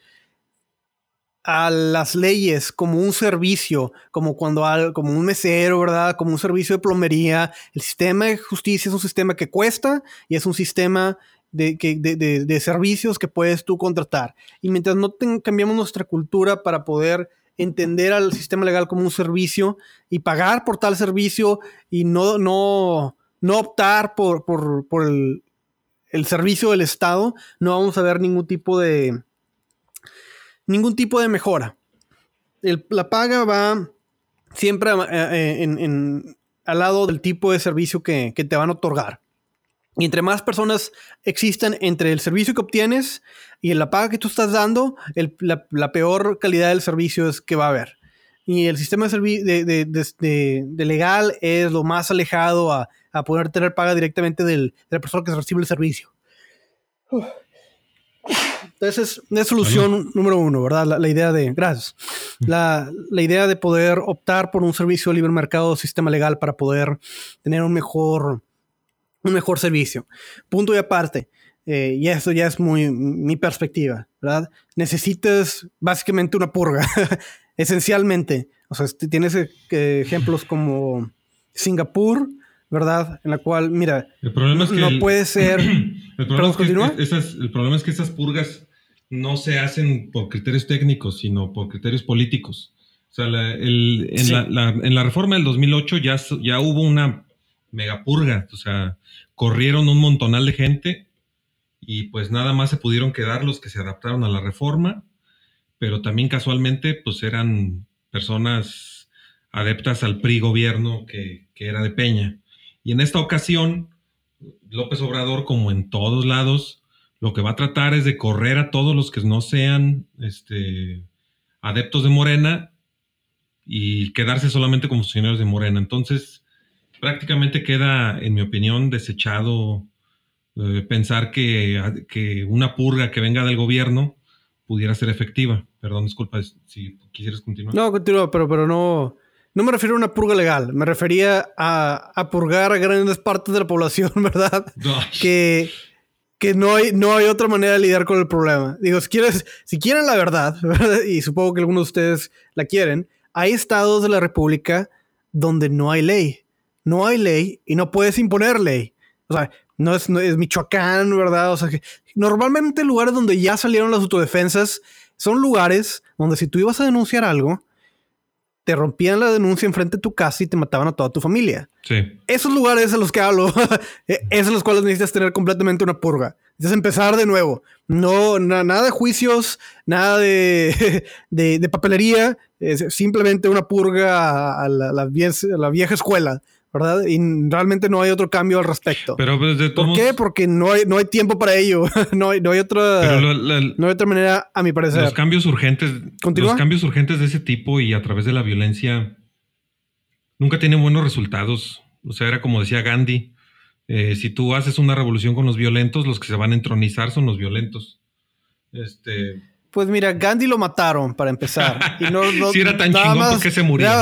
a las leyes como un servicio, como cuando al, como un mesero, ¿verdad? Como un servicio de plomería, el sistema de justicia es un sistema que cuesta y es un sistema De, de, de, de servicios que puedes tú contratar. Y mientras no ten, cambiamos nuestra cultura para poder entender al sistema legal como un servicio y pagar por tal servicio y no, no, no optar por, por, por el, el servicio del Estado, no vamos a ver ningún tipo de ningún tipo de mejora. El, la paga va siempre eh, en, en, al lado del tipo de servicio que, que te van a otorgar. Y entre más personas existan entre el servicio que obtienes y la paga que tú estás dando, el, la, la peor calidad del servicio es que va a haber. Y el sistema de, servi- de, de, de, de, de legal es lo más alejado a, a poder tener paga directamente del, de la persona que recibe el servicio. Entonces, es la solución bueno. número uno, ¿verdad? La, la idea de... Gracias. La, la idea de poder optar por un servicio de libre mercado, sistema legal, para poder tener un mejor... un mejor servicio. Punto y aparte, eh, y esto ya es muy mi perspectiva, ¿verdad? Necesitas básicamente una purga, esencialmente. O sea, tienes eh, ejemplos como Singapur, ¿verdad? En la cual, mira, el problema es que no el, puede ser... el, problema es que esas, el problema es que esas purgas no se hacen por criterios técnicos, sino por criterios políticos. O sea, la, el, en, Sí. la, la, en la reforma del dos mil ocho ya, ya hubo una megapurga. O sea, corrieron un montonal de gente y pues nada más se pudieron quedar los que se adaptaron a la reforma, pero también casualmente pues eran personas adeptas al P R I gobierno que, que era de Peña. Y en esta ocasión, López Obrador, como en todos lados, lo que va a tratar es de correr a todos los que no sean este, adeptos de Morena y quedarse solamente como funcionarios de Morena. Entonces, prácticamente queda, en mi opinión, desechado eh, pensar que, que una purga que venga del gobierno pudiera ser efectiva. Perdón, disculpa si quisieras continuar. No, continúa, pero, pero no... No me refiero a una purga legal, me refería a, a purgar a grandes partes de la población, ¿verdad? No. Que, que no, hay, no hay otra manera de lidiar con el problema. Digo, si, quieres, si quieren la verdad, ¿verdad? Y supongo que algunos de ustedes la quieren, hay estados de la República donde no hay ley. No hay ley y no puedes imponer ley. O sea, no es, no es Michoacán, ¿verdad? O sea, que normalmente lugares donde ya salieron las autodefensas son lugares donde si tú ibas a denunciar algo, te rompían la denuncia enfrente de tu casa y te mataban a toda tu familia. Sí. Esos lugares a los que hablo, esos los cuales necesitas tener completamente una purga. Necesitas empezar de nuevo. No, na, nada de juicios, nada de, de, de papelería. Es simplemente una purga a la, la, vieja, a la vieja escuela, ¿verdad? Y realmente no hay otro cambio al respecto. Pero pues, de ¿Por todos... qué? Porque no hay, no hay tiempo para ello. no, hay, no, hay otra, Pero lo, la, no hay otra manera, a mi parecer. Los cambios urgentes, ¿Continúa? los cambios urgentes de ese tipo y a través de la violencia nunca tienen buenos resultados. O sea, era como decía Gandhi, eh, si tú haces una revolución con los violentos, los que se van a entronizar son los violentos. Este... Pues mira, Gandhi lo mataron para empezar. Y no, no, si era tan chingón, más, ¿por qué se murió?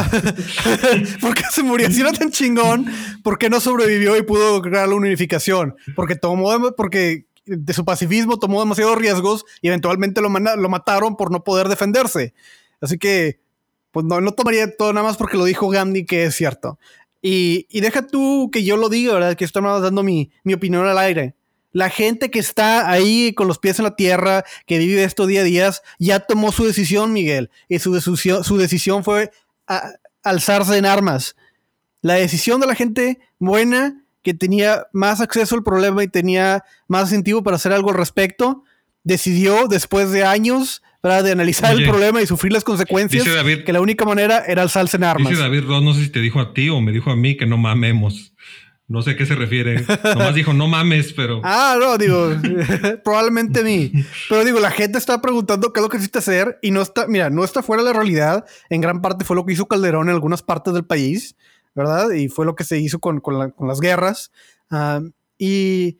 ¿Por qué se murió? Si era tan chingón, ¿por qué no sobrevivió y pudo crear la unificación? Porque tomó, porque de su pacifismo tomó demasiados riesgos y eventualmente lo, lo mataron por no poder defenderse. Así que, pues no, no tomaría todo nada más porque lo dijo Gandhi, que es cierto. Y, y deja tú que yo lo diga, ¿verdad? Que estoy dando mi, mi opinión al aire. La gente que está ahí con los pies en la tierra, que vive esto día a día, ya tomó su decisión, Miguel. Y su, decisión, su decisión fue a, alzarse en armas. La decisión de la gente buena, que tenía más acceso al problema y tenía más incentivo para hacer algo al respecto, decidió después de años, ¿verdad?, de analizar Oye, el problema y sufrir las consecuencias, David, que la única manera era alzarse en armas. Dice David Ross, no sé si te dijo a ti o me dijo a mí que no mamemos. No sé a qué se refiere. Nomás dijo, no mames, pero... Ah, no, digo, probablemente a mí. Pero digo, la gente está preguntando qué es lo que necesita hacer y no está, mira, no está fuera de la realidad. En gran parte fue lo que hizo Calderón en algunas partes del país, ¿verdad? Y fue lo que se hizo con, con, la, con las guerras. Uh, y,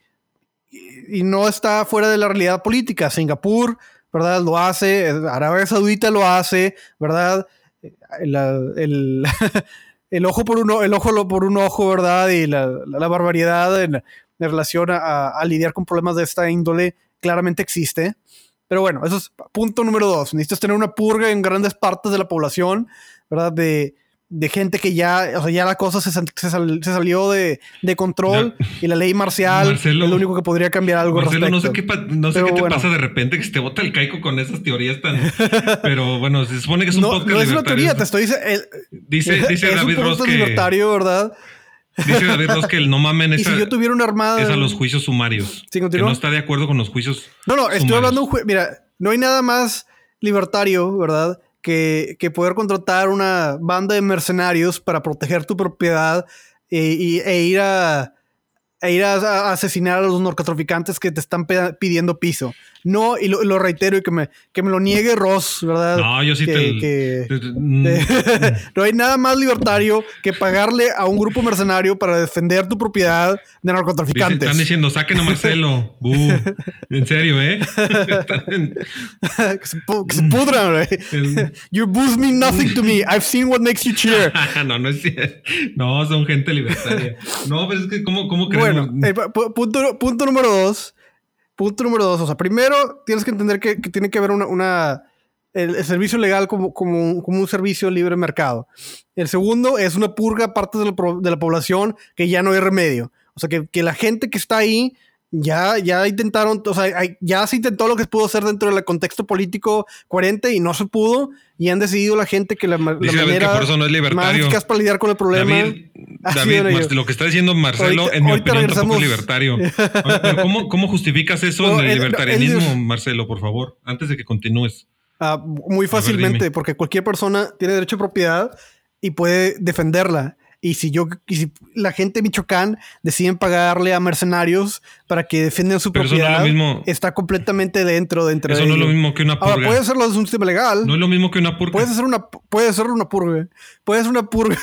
y no está fuera de la realidad política. Singapur, ¿verdad? Lo hace. Arabia Saudita lo hace, ¿verdad? El... el El ojo por uno, el ojo por un ojo, ¿verdad? Y la, la, la barbaridad en, en relación a, a lidiar con problemas de esta índole claramente existe. Pero bueno, eso es punto número dos. Necesitas tener una purga en grandes partes de la población, ¿verdad? De, de gente que ya, o sea, ya la cosa se, se, sal, se salió de, de control ya. Y la ley marcial Marcelo, es lo único que podría cambiar algo Marcelo, respecto. no sé qué, pa, no sé qué te bueno. pasa de repente que se te bota el caico con esas teorías tan... Pero bueno, se supone que es un no, podcast no es libertario. una teoría, te estoy diciendo... Dice, dice es David un Ross que... libertario, ¿verdad? Dice David Ross que el no mamen es, si a, yo tuviera una armada... es a los juicios sumarios. ¿Sí, que no está de acuerdo con los juicios No, no, estoy sumarios. hablando de un juez... Mira, no hay nada más libertario, ¿verdad?, Que, que poder contratar una banda de mercenarios para proteger tu propiedad e, y, e ir, a, e ir a, a asesinar a los narcotraficantes que te están pe- pidiendo piso. No, y lo, lo reitero y que me, que me lo niegue Ross, ¿verdad? No, yo sí que, te... Que, te, te te no hay nada más libertario que pagarle a un grupo mercenario para defender tu propiedad de narcotraficantes. Dice, están diciendo, saquen a Marcelo. Uh, en serio, ¿eh? que, se, que se pudran, güey. El... Your booze mean nothing to me. I've seen what makes you cheer. no, no es cierto. No, son gente libertaria. No, pero es que, ¿cómo, cómo creemos? Bueno, eh, punto, punto número dos. Punto número dos. O sea, primero tienes que entender que, que tiene que haber una... una el, el servicio legal como, como, como un servicio libre mercado. El segundo es una purga parte de la, de la población que ya no hay remedio. O sea, que, que la gente que está ahí Ya, ya intentaron, o sea, ya se intentó lo que se pudo hacer dentro del contexto político coherente y no se pudo. Y han decidido la gente que la, la manera que por eso no es más eficaz para lidiar con el problema. David, David Mar- lo que está diciendo Marcelo, ahorita, en mi opinión, tampoco es libertario. Pero ¿cómo, ¿Cómo justificas eso no, en el, el libertarianismo, el, Marcelo, por favor? Antes de que continúes. Uh, muy fácilmente, ver, porque cualquier persona tiene derecho a propiedad y puede defenderla. Y si yo, y si la gente de Michoacán deciden pagarle a mercenarios para que defiendan su Pero propiedad, no es lo mismo. Está completamente dentro, dentro eso de no ello. es lo mismo que una purga. Ahora, puede hacerlo desde un sistema legal. No es lo mismo que una purga. Puedes hacer una, puede hacer una purga. Puede hacer una purga.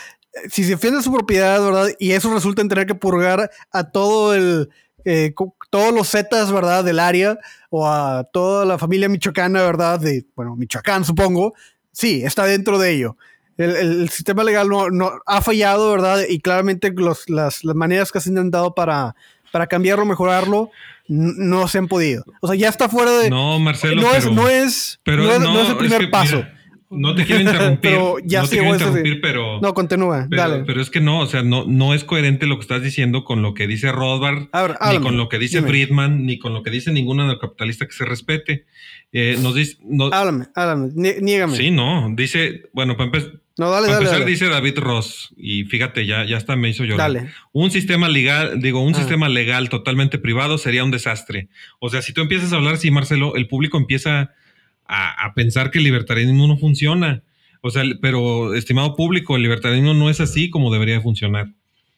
Si se defiende su propiedad, ¿verdad? Y eso resulta en tener que purgar a todo el... Eh, todos los zetas, ¿verdad? Del área o a toda la familia michoacana, ¿verdad? De, bueno, Michoacán, supongo. Sí, está dentro de ello. El, el, el sistema legal no, no ha fallado, ¿verdad? Y claramente los, las, las maneras que se han intentado para, para cambiarlo, mejorarlo, n- no se han podido. O sea, ya está fuera de... No, Marcelo, no pero, es, no es, pero no es, no, no es el primer es que, paso. Mira, no te quiero interrumpir. pero ya no te quiero interrumpir, ese... pero... No, continúa, pero, dale. Pero es que no, o sea, no, no es coherente lo que estás diciendo con lo que dice Rothbard, ver, ni háblame, con lo que dice dime. Friedman, ni con lo que dice ningún anarcocapitalista que se respete. Eh, nos dice... Nos... Háblame, háblame, niégame. Sí, no, dice... Bueno, para empezar... No, dale, Para dale, empezar, dale. dice David Ross, y fíjate, ya, ya hasta me hizo llorar. Dale. Un sistema legal, digo, un ah. sistema legal totalmente privado sería un desastre. O sea, si tú empiezas a hablar así, Marcelo, el público empieza a, a pensar que el libertarianismo no funciona. O sea, pero, estimado público, el libertarianismo no es así como debería funcionar.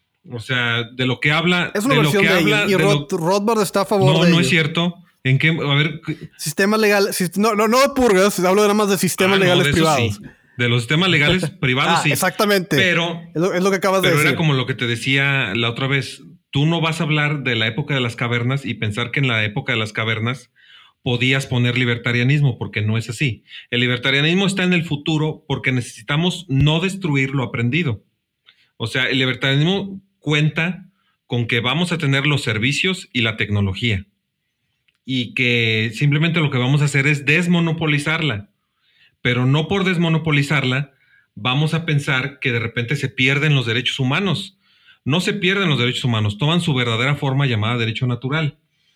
O sea, de lo que habla... Es una de versión lo que de habla, ello, y de Roth, lo... Rothbard está a favor no, de No, no ello. es cierto. ¿En qué? A ver... Sistema legal... No, no, no de purgas, hablo nada más de sistemas ah, legales no, de privados. Sí. De los sistemas legales privados, ah, sí. Exactamente. Pero, es lo, es lo que acabas de pero decir. Pero era como lo que te decía la otra vez. Tú no vas a hablar de la época de las cavernas y pensar que en la época de las cavernas podías poner libertarianismo, porque no es así. El libertarianismo está en el futuro porque necesitamos no destruir lo aprendido. O sea, el libertarianismo cuenta con que vamos a tener los servicios y la tecnología. Y que simplemente lo que vamos a hacer es desmonopolizarla. Pero no por desmonopolizarla vamos a pensar que de repente se pierden los derechos humanos. No se pierden los derechos humanos, toman su verdadera forma llamada derecho natural.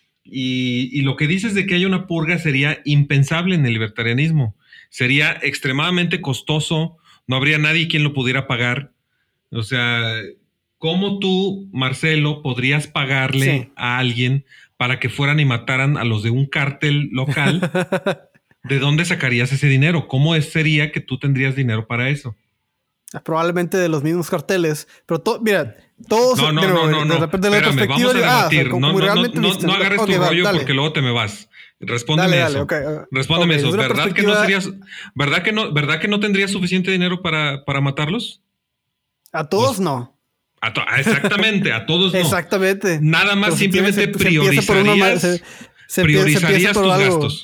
Y, y lo que dices de que haya una purga sería impensable en el libertarianismo. Sería extremadamente costoso, no habría nadie quien lo pudiera pagar. O sea, ¿cómo tú, Marcelo, podrías pagarle sí. a alguien para que fueran y mataran a los de un cártel local? ¿De dónde sacarías ese dinero? ¿Cómo sería que tú tendrías dinero para eso? Probablemente de los mismos carteles. Pero to, mira, todos... No, no, de, no, no. De, de, de la Espérame, vamos a debatir. Ah, o sea, no, no, no, no, no agarres okay, tu va, rollo dale. porque luego te me vas. Respóndeme dale, dale, eso. Okay. Respóndeme okay, eso. ¿Verdad perspectiva... que no serías... ¿Verdad que no, ¿verdad que no tendrías suficiente dinero para, para matarlos? A todos pues, no. A to exactamente, a todos no. Exactamente. Nada más Pero simplemente se, priorizarías, se una, se, se priorizarías por tus algo. gastos.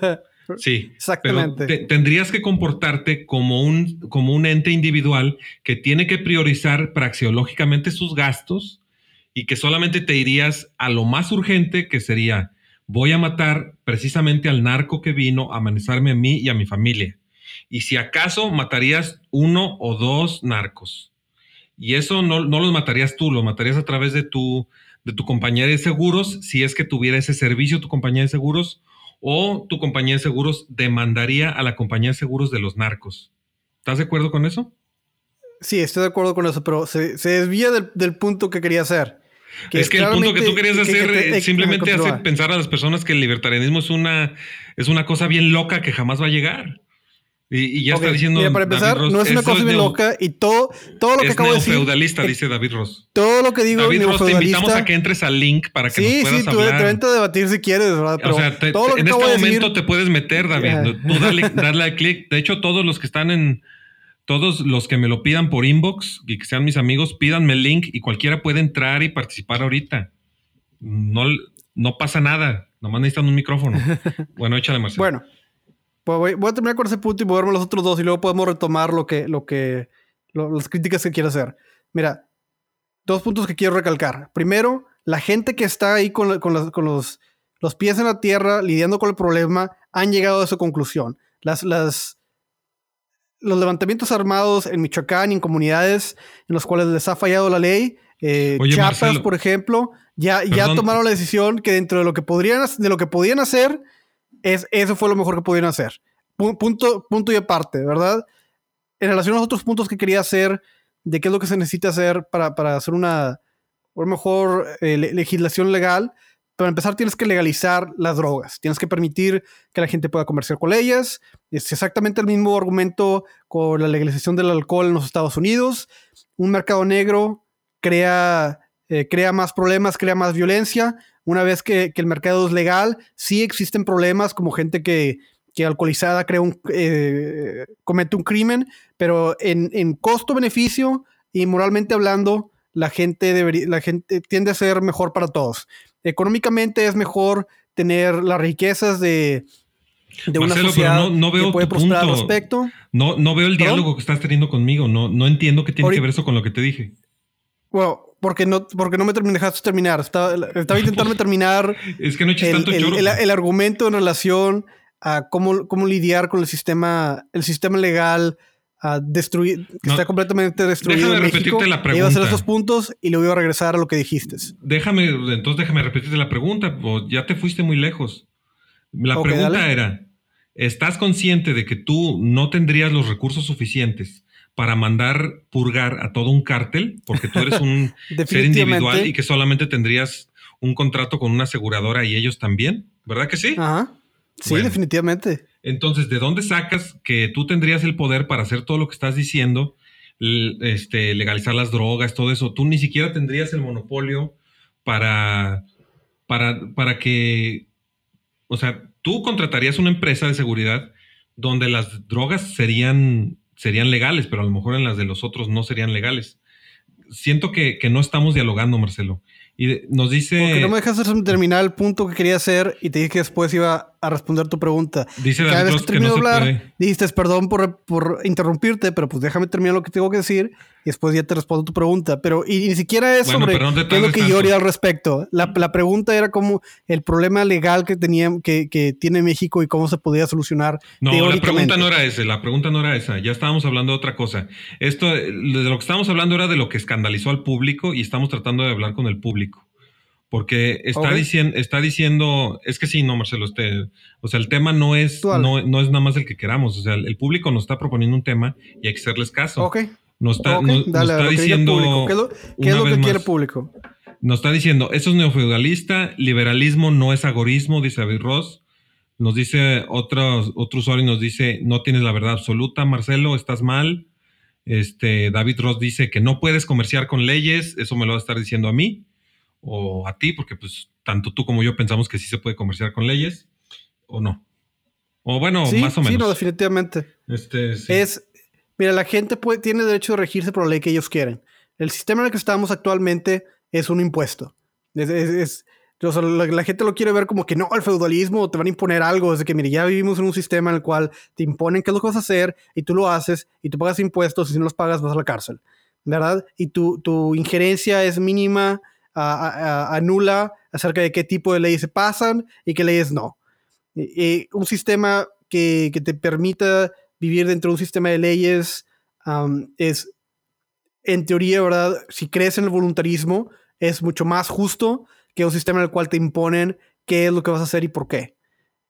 Sí, exactamente. Pero te, tendrías que comportarte como un, como un ente individual que tiene que priorizar praxeológicamente sus gastos y que solamente te irías a lo más urgente, que sería: voy a matar precisamente al narco que vino a amenazarme a mí y a mi familia. Y si acaso matarías uno o dos narcos. Y eso no, no los matarías tú, los matarías a través de tu, de tu compañía de seguros, si es que tuviera ese servicio tu compañía de seguros, o tu compañía de seguros demandaría a la compañía de seguros de los narcos. ¿Estás de acuerdo con eso? Sí, estoy de acuerdo con eso, pero se, se desvía del, del punto que quería hacer. Que es que el punto que tú querías que, hacer que, que, simplemente hace pensar a las personas que el libertarianismo es una, es una cosa bien loca que jamás va a llegar. Y, y ya okay. está diciendo. Mira, para empezar, Ross, no es una cosa bien loca y todo, todo lo que acabo de decir. Es neofeudalista, dice David Ross. Todo lo que digo David Ross, te invitamos a que entres al link para que sí, nos puedas sí, hablar. Sí, sí, te vente a debatir si quieres, ¿verdad? Pero o sea, te, todo lo que en este de momento decir... te puedes meter, David. Yeah. Tú dale, dale clic. De hecho, todos los que están en. Todos los que me lo pidan por inbox y que sean mis amigos, pídanme el link y cualquiera puede entrar y participar ahorita. No, no pasa nada. Nomás necesitan un micrófono. Bueno, échale, Marcelo. Bueno. Pues voy, voy a terminar con ese punto y moverme los otros dos y luego podemos retomar lo que, lo que, lo, las críticas que quiero hacer. Mira, dos puntos que quiero recalcar. Primero, la gente que está ahí con, con, los, con los, los pies en la tierra lidiando con el problema han llegado a esa conclusión. Las, las, los levantamientos armados en Michoacán y en comunidades en los cuales les ha fallado la ley, eh, Oye, Chiapas, Marcelo, por ejemplo, Ya, ya Perdón. tomaron la decisión que dentro de lo que podrían, de lo que podían hacer, es, eso fue lo mejor que podían hacer. Punto, punto y aparte, ¿verdad? En relación a los otros puntos que quería hacer, de qué es lo que se necesita hacer para, para hacer una, una mejor eh, legislación legal, para empezar tienes que legalizar las drogas. Tienes que permitir que la gente pueda comerciar con ellas. Es exactamente el mismo argumento con la legalización del alcohol en los Estados Unidos. Un mercado negro crea, eh, crea más problemas, crea más violencia. Una vez que, que el mercado es legal, sí existen problemas como gente que, que alcoholizada crea un, eh, comete un crimen, pero en, en costo-beneficio y moralmente hablando, la gente, debería, la gente tiende a ser mejor para todos. Económicamente es mejor tener las riquezas de, de una Marcelo, sociedad pero no, no veo que puede tu prosperar punto. al respecto. No, no veo el ¿Perdón? diálogo que estás teniendo conmigo. No, no entiendo qué tiene Ahorita, que ver eso con lo que te dije. Bueno, porque no, porque no me termin- dejaste terminar. Estaba, estaba intentando terminar Es que no eches el, tanto el, choro. el, el argumento en relación a cómo, cómo lidiar con el sistema, el sistema legal a destruir, que No, está completamente destruido déjame en México. repetirte la Iba a hacer pregunta. esos puntos y luego iba a regresar a lo que dijiste. Déjame, entonces déjame repetirte la pregunta. O ya te fuiste muy lejos. La Ok, pregunta dale. era: ¿estás consciente de que tú no tendrías los recursos suficientes para mandar purgar a todo un cártel? Porque tú eres un ser individual y que solamente tendrías un contrato con una aseguradora y ellos también, ¿verdad que sí? Ajá. Sí, Bueno. definitivamente. Entonces, ¿de dónde sacas que tú tendrías el poder para hacer todo lo que estás diciendo? L- este, legalizar las drogas, todo eso. Tú ni siquiera tendrías el monopolio para, para, para que, o sea, tú contratarías una empresa de seguridad donde las drogas serían, serían legales, pero a lo mejor en las de los otros no serían legales. Siento que, que no estamos dialogando, Marcelo. Y de- nos dice... Porque no me dejaste terminar el punto que quería hacer y te dije que después iba a responder tu pregunta. Dice Cada David vez Ross que que termino no de se hablar, puede. dijiste perdón por, por interrumpirte, pero pues déjame terminar lo que tengo que decir y después ya te respondo tu pregunta. Pero y, y ni siquiera es Bueno, sobre pero no te qué es lo tardes que yo tanto. haría al respecto. La, la pregunta era como el problema legal que tenía, que, que tiene México y cómo se podía solucionar No, la teóricamente. pregunta no era esa, la pregunta no era esa, ya estábamos hablando de otra cosa. Esto, de lo que estábamos hablando era de lo que escandalizó al público y estamos tratando de hablar con el público. Porque está, Ok. diciendo, está diciendo, es que sí, no, Marcelo, usted, o sea, el tema no es, Tú dale. no, no es nada más el que queramos, o sea, el, el público nos está proponiendo un tema y hay que hacerles caso. Ok. Nos está, Ok, nos, nos dale, a está lo que diga el diciendo, público. ¿Qué es lo, qué es una lo que vez quiere el más, público? nos está diciendo, eso es neofeudalista, liberalismo no es agorismo, dice David Ross. Nos dice otro, otro usuario y nos dice, no tienes la verdad absoluta, Marcelo, estás mal. Este, David Ross dice que no puedes comerciar con leyes, eso me lo va a estar diciendo a mí o a ti, porque pues tanto tú como yo pensamos que sí se puede comerciar con leyes, o no. O bueno, Sí, más o menos. sí, no, definitivamente. Este, sí. Es, mira, la gente puede, tiene derecho de regirse por la ley que ellos quieren. El sistema en el que estamos actualmente es un impuesto. Es, es, es- o sea, la, la gente lo quiere ver como que no, el feudalismo te van a imponer algo. Es de que, mire, ya vivimos en un sistema en el cual te imponen qué es lo que vas a hacer y tú lo haces y tú pagas impuestos y si no los pagas vas a la cárcel, ¿verdad? Y tu, tu injerencia es mínima, a, a, a nula acerca de qué tipo de leyes se pasan y qué leyes no. Y, y un sistema que, que te permita vivir dentro de un sistema de leyes um, es, en teoría, ¿verdad? Si crees en el voluntarismo, es mucho más justo que un sistema en el cual te imponen qué es lo que vas a hacer y por qué.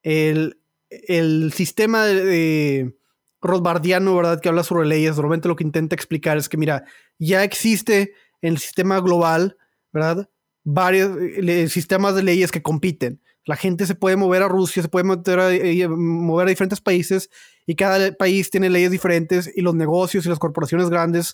El, el sistema de, de Rothbardiano, ¿verdad? Que habla sobre leyes, normalmente lo que intenta explicar es que, mira, ya existe en el sistema global, ¿verdad? Varios eh, sistemas de leyes que compiten. La gente se puede mover a Rusia, se puede mover a, eh, mover a diferentes países y cada país tiene leyes diferentes y los negocios y las corporaciones grandes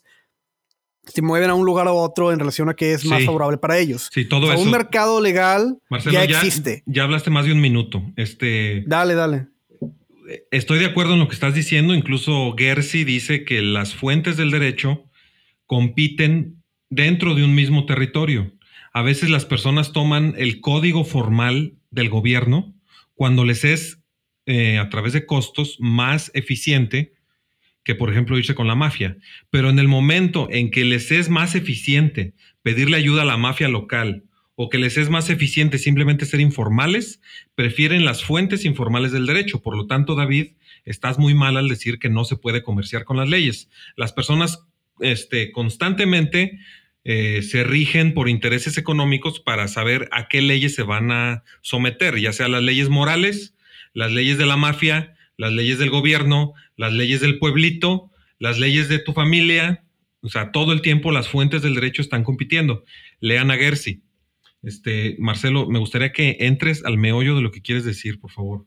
se mueven a un lugar u otro en relación a qué es más Sí. favorable para ellos. Sí, todo O sea, eso. un mercado legal Marcelo, ya ya, existe. ya hablaste más de un minuto. Este, Dale, dale. estoy de acuerdo en lo que estás diciendo. Incluso Gersi dice que las fuentes del derecho compiten dentro de un mismo territorio. A veces las personas toman el código formal del gobierno cuando les es, eh, a través de costos, más eficiente que, por ejemplo, irse con la mafia. Pero en el momento en que les es más eficiente pedirle ayuda a la mafia local o que les es más eficiente simplemente ser informales, prefieren las fuentes informales del derecho. Por lo tanto, David, estás muy mal al decir que no se puede comerciar con las leyes. Las personas este, constantemente eh, se rigen por intereses económicos para saber a qué leyes se van a someter, ya sea las leyes morales, las leyes de la mafia, las leyes del gobierno, las leyes del pueblito, las leyes de tu familia. O sea, todo el tiempo las fuentes del derecho están compitiendo. Lean a Gersi. Este, Marcelo, me gustaría que entres al meollo de lo que quieres decir, por favor.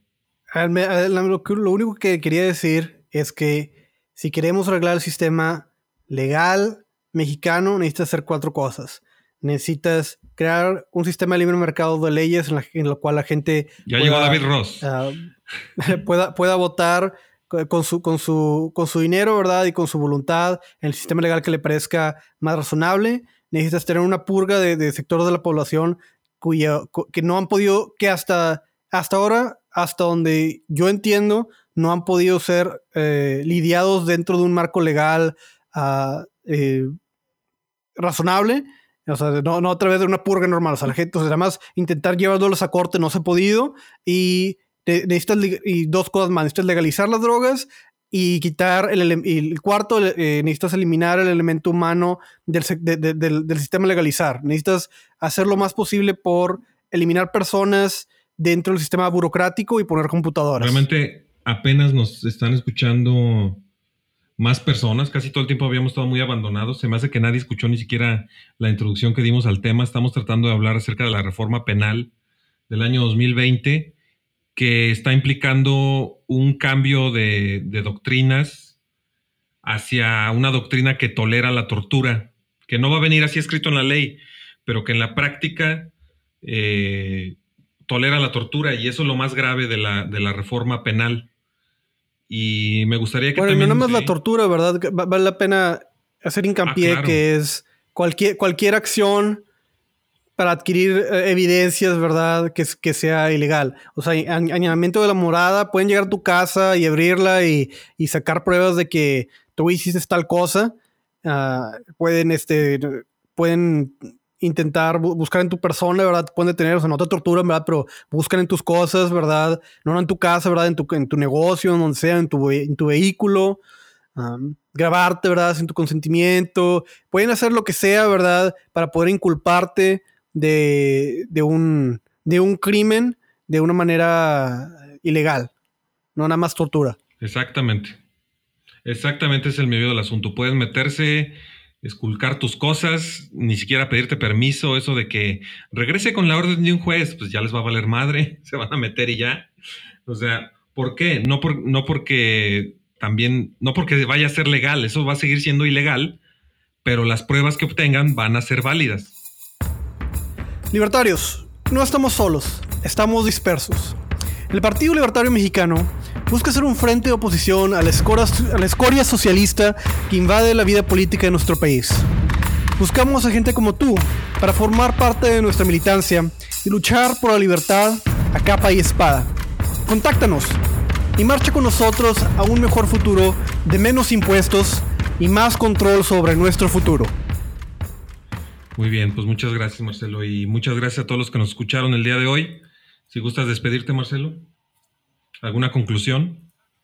Lo único que quería decir es que si queremos arreglar el sistema legal mexicano, necesitas hacer cuatro cosas. Necesitas crear un sistema de libre mercado de leyes en, la, en lo cual la gente ya pueda, llegó David Ross. Uh, pueda, pueda votar con su, con, su, con su dinero, ¿verdad? Y con su voluntad en el sistema legal que le parezca más razonable. Necesitas tener una purga de, de sectores de la población cuya, que no han podido, que hasta, hasta ahora, hasta donde yo entiendo, no han podido ser eh, lidiados dentro de un marco legal uh, eh, razonable. O sea, no, no a través de una purga normal. O sea, la gente, o sea, además, intentar llevarlos a corte no se ha podido. Y te, necesitas, y dos cosas más. Necesitas legalizar las drogas y quitar el, el, el cuarto, eh, necesitas eliminar el elemento humano del, de, de, del, del sistema legalizar. Necesitas hacer lo más posible por eliminar personas dentro del sistema burocrático y poner computadoras. Realmente apenas nos están escuchando más personas. Casi todo el tiempo habíamos estado muy abandonados. Se me hace que nadie escuchó ni siquiera la introducción que dimos al tema. Estamos tratando de hablar acerca de la reforma penal del año dos mil veinte, que está implicando un cambio de, de doctrinas hacia una doctrina que tolera la tortura, que no va a venir así escrito en la ley, pero que en la práctica eh, tolera la tortura, y eso es lo más grave de la, de la reforma penal. Y me gustaría que bueno, también... no nada más ¿sí? la tortura, ¿verdad? Vale la pena hacer hincapié ah, claro. que es cualquier, cualquier acción para adquirir eh, evidencias, ¿verdad? Que, que sea ilegal. O sea, añadimiento de la morada, pueden llegar a tu casa y abrirla y, y sacar pruebas de que tú hiciste tal cosa. Uh, pueden, este, pueden intentar bu- buscar en tu persona, ¿verdad? Te pueden detener, o sea, no te torturan, ¿verdad? Pero buscan en tus cosas, ¿verdad? No en tu casa, ¿verdad? En tu, en tu negocio, en donde sea, en tu, en tu vehículo. Um, grabarte, ¿verdad? Sin tu consentimiento. Pueden hacer lo que sea, ¿verdad? Para poder inculparte De, de, un, de un crimen de una manera ilegal, no nada más tortura. Exactamente. Exactamente es el medio del asunto. Puedes meterse, esculcar tus cosas, ni siquiera pedirte permiso, eso de que regrese con la orden de un juez, pues ya les va a valer madre, se van a meter y ya. O sea, ¿por qué? No, por, no porque también, no porque vaya a ser legal, eso va a seguir siendo ilegal, pero las pruebas que obtengan van a ser válidas. Libertarios, no estamos solos, estamos dispersos. El Partido Libertario Mexicano busca ser un frente de oposición a la, escoria, a la escoria socialista que invade la vida política de nuestro país. Buscamos a gente como tú para formar parte de nuestra militancia y luchar por la libertad a capa y espada. Contáctanos y marcha con nosotros a un mejor futuro de menos impuestos y más control sobre nuestro futuro. Muy bien, pues muchas gracias, Marcelo, y muchas gracias a todos los que nos escucharon el día de hoy. Si gustas despedirte, Marcelo, ¿alguna conclusión?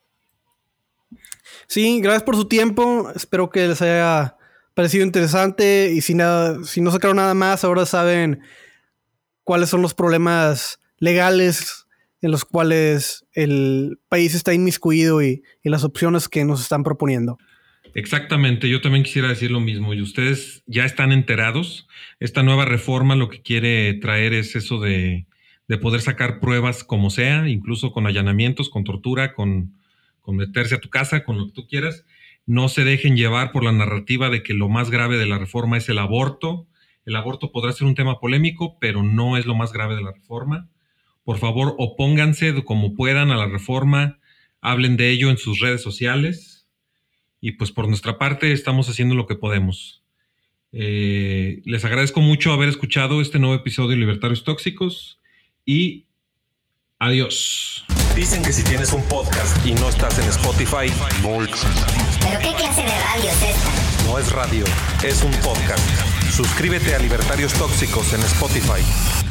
Sí, gracias por su tiempo. Espero que les haya parecido interesante, y si, nada, si no sacaron nada más, ahora saben cuáles son los problemas legales en los cuales el país está inmiscuido y, y las opciones que nos están proponiendo. Exactamente, yo también quisiera decir lo mismo, y ustedes ya están enterados. Esta nueva reforma lo que quiere traer es eso de, de poder sacar pruebas como sea, incluso con allanamientos, con tortura, con, con meterse a tu casa, con lo que tú quieras. No se dejen llevar por la narrativa de que lo más grave de la reforma es el aborto. El aborto podrá ser un tema polémico, pero no es lo más grave de la reforma. Por favor, opónganse como puedan a la reforma, hablen de ello en sus redes sociales. Y pues por nuestra parte estamos haciendo lo que podemos. Eh, les agradezco mucho haber escuchado este nuevo episodio de Libertarios Tóxicos y adiós. Dicen que si tienes un podcast y no estás en Spotify, no existe. ¿Pero qué clase de radio es esta? No es radio, es un podcast. Suscríbete a Libertarios Tóxicos en Spotify.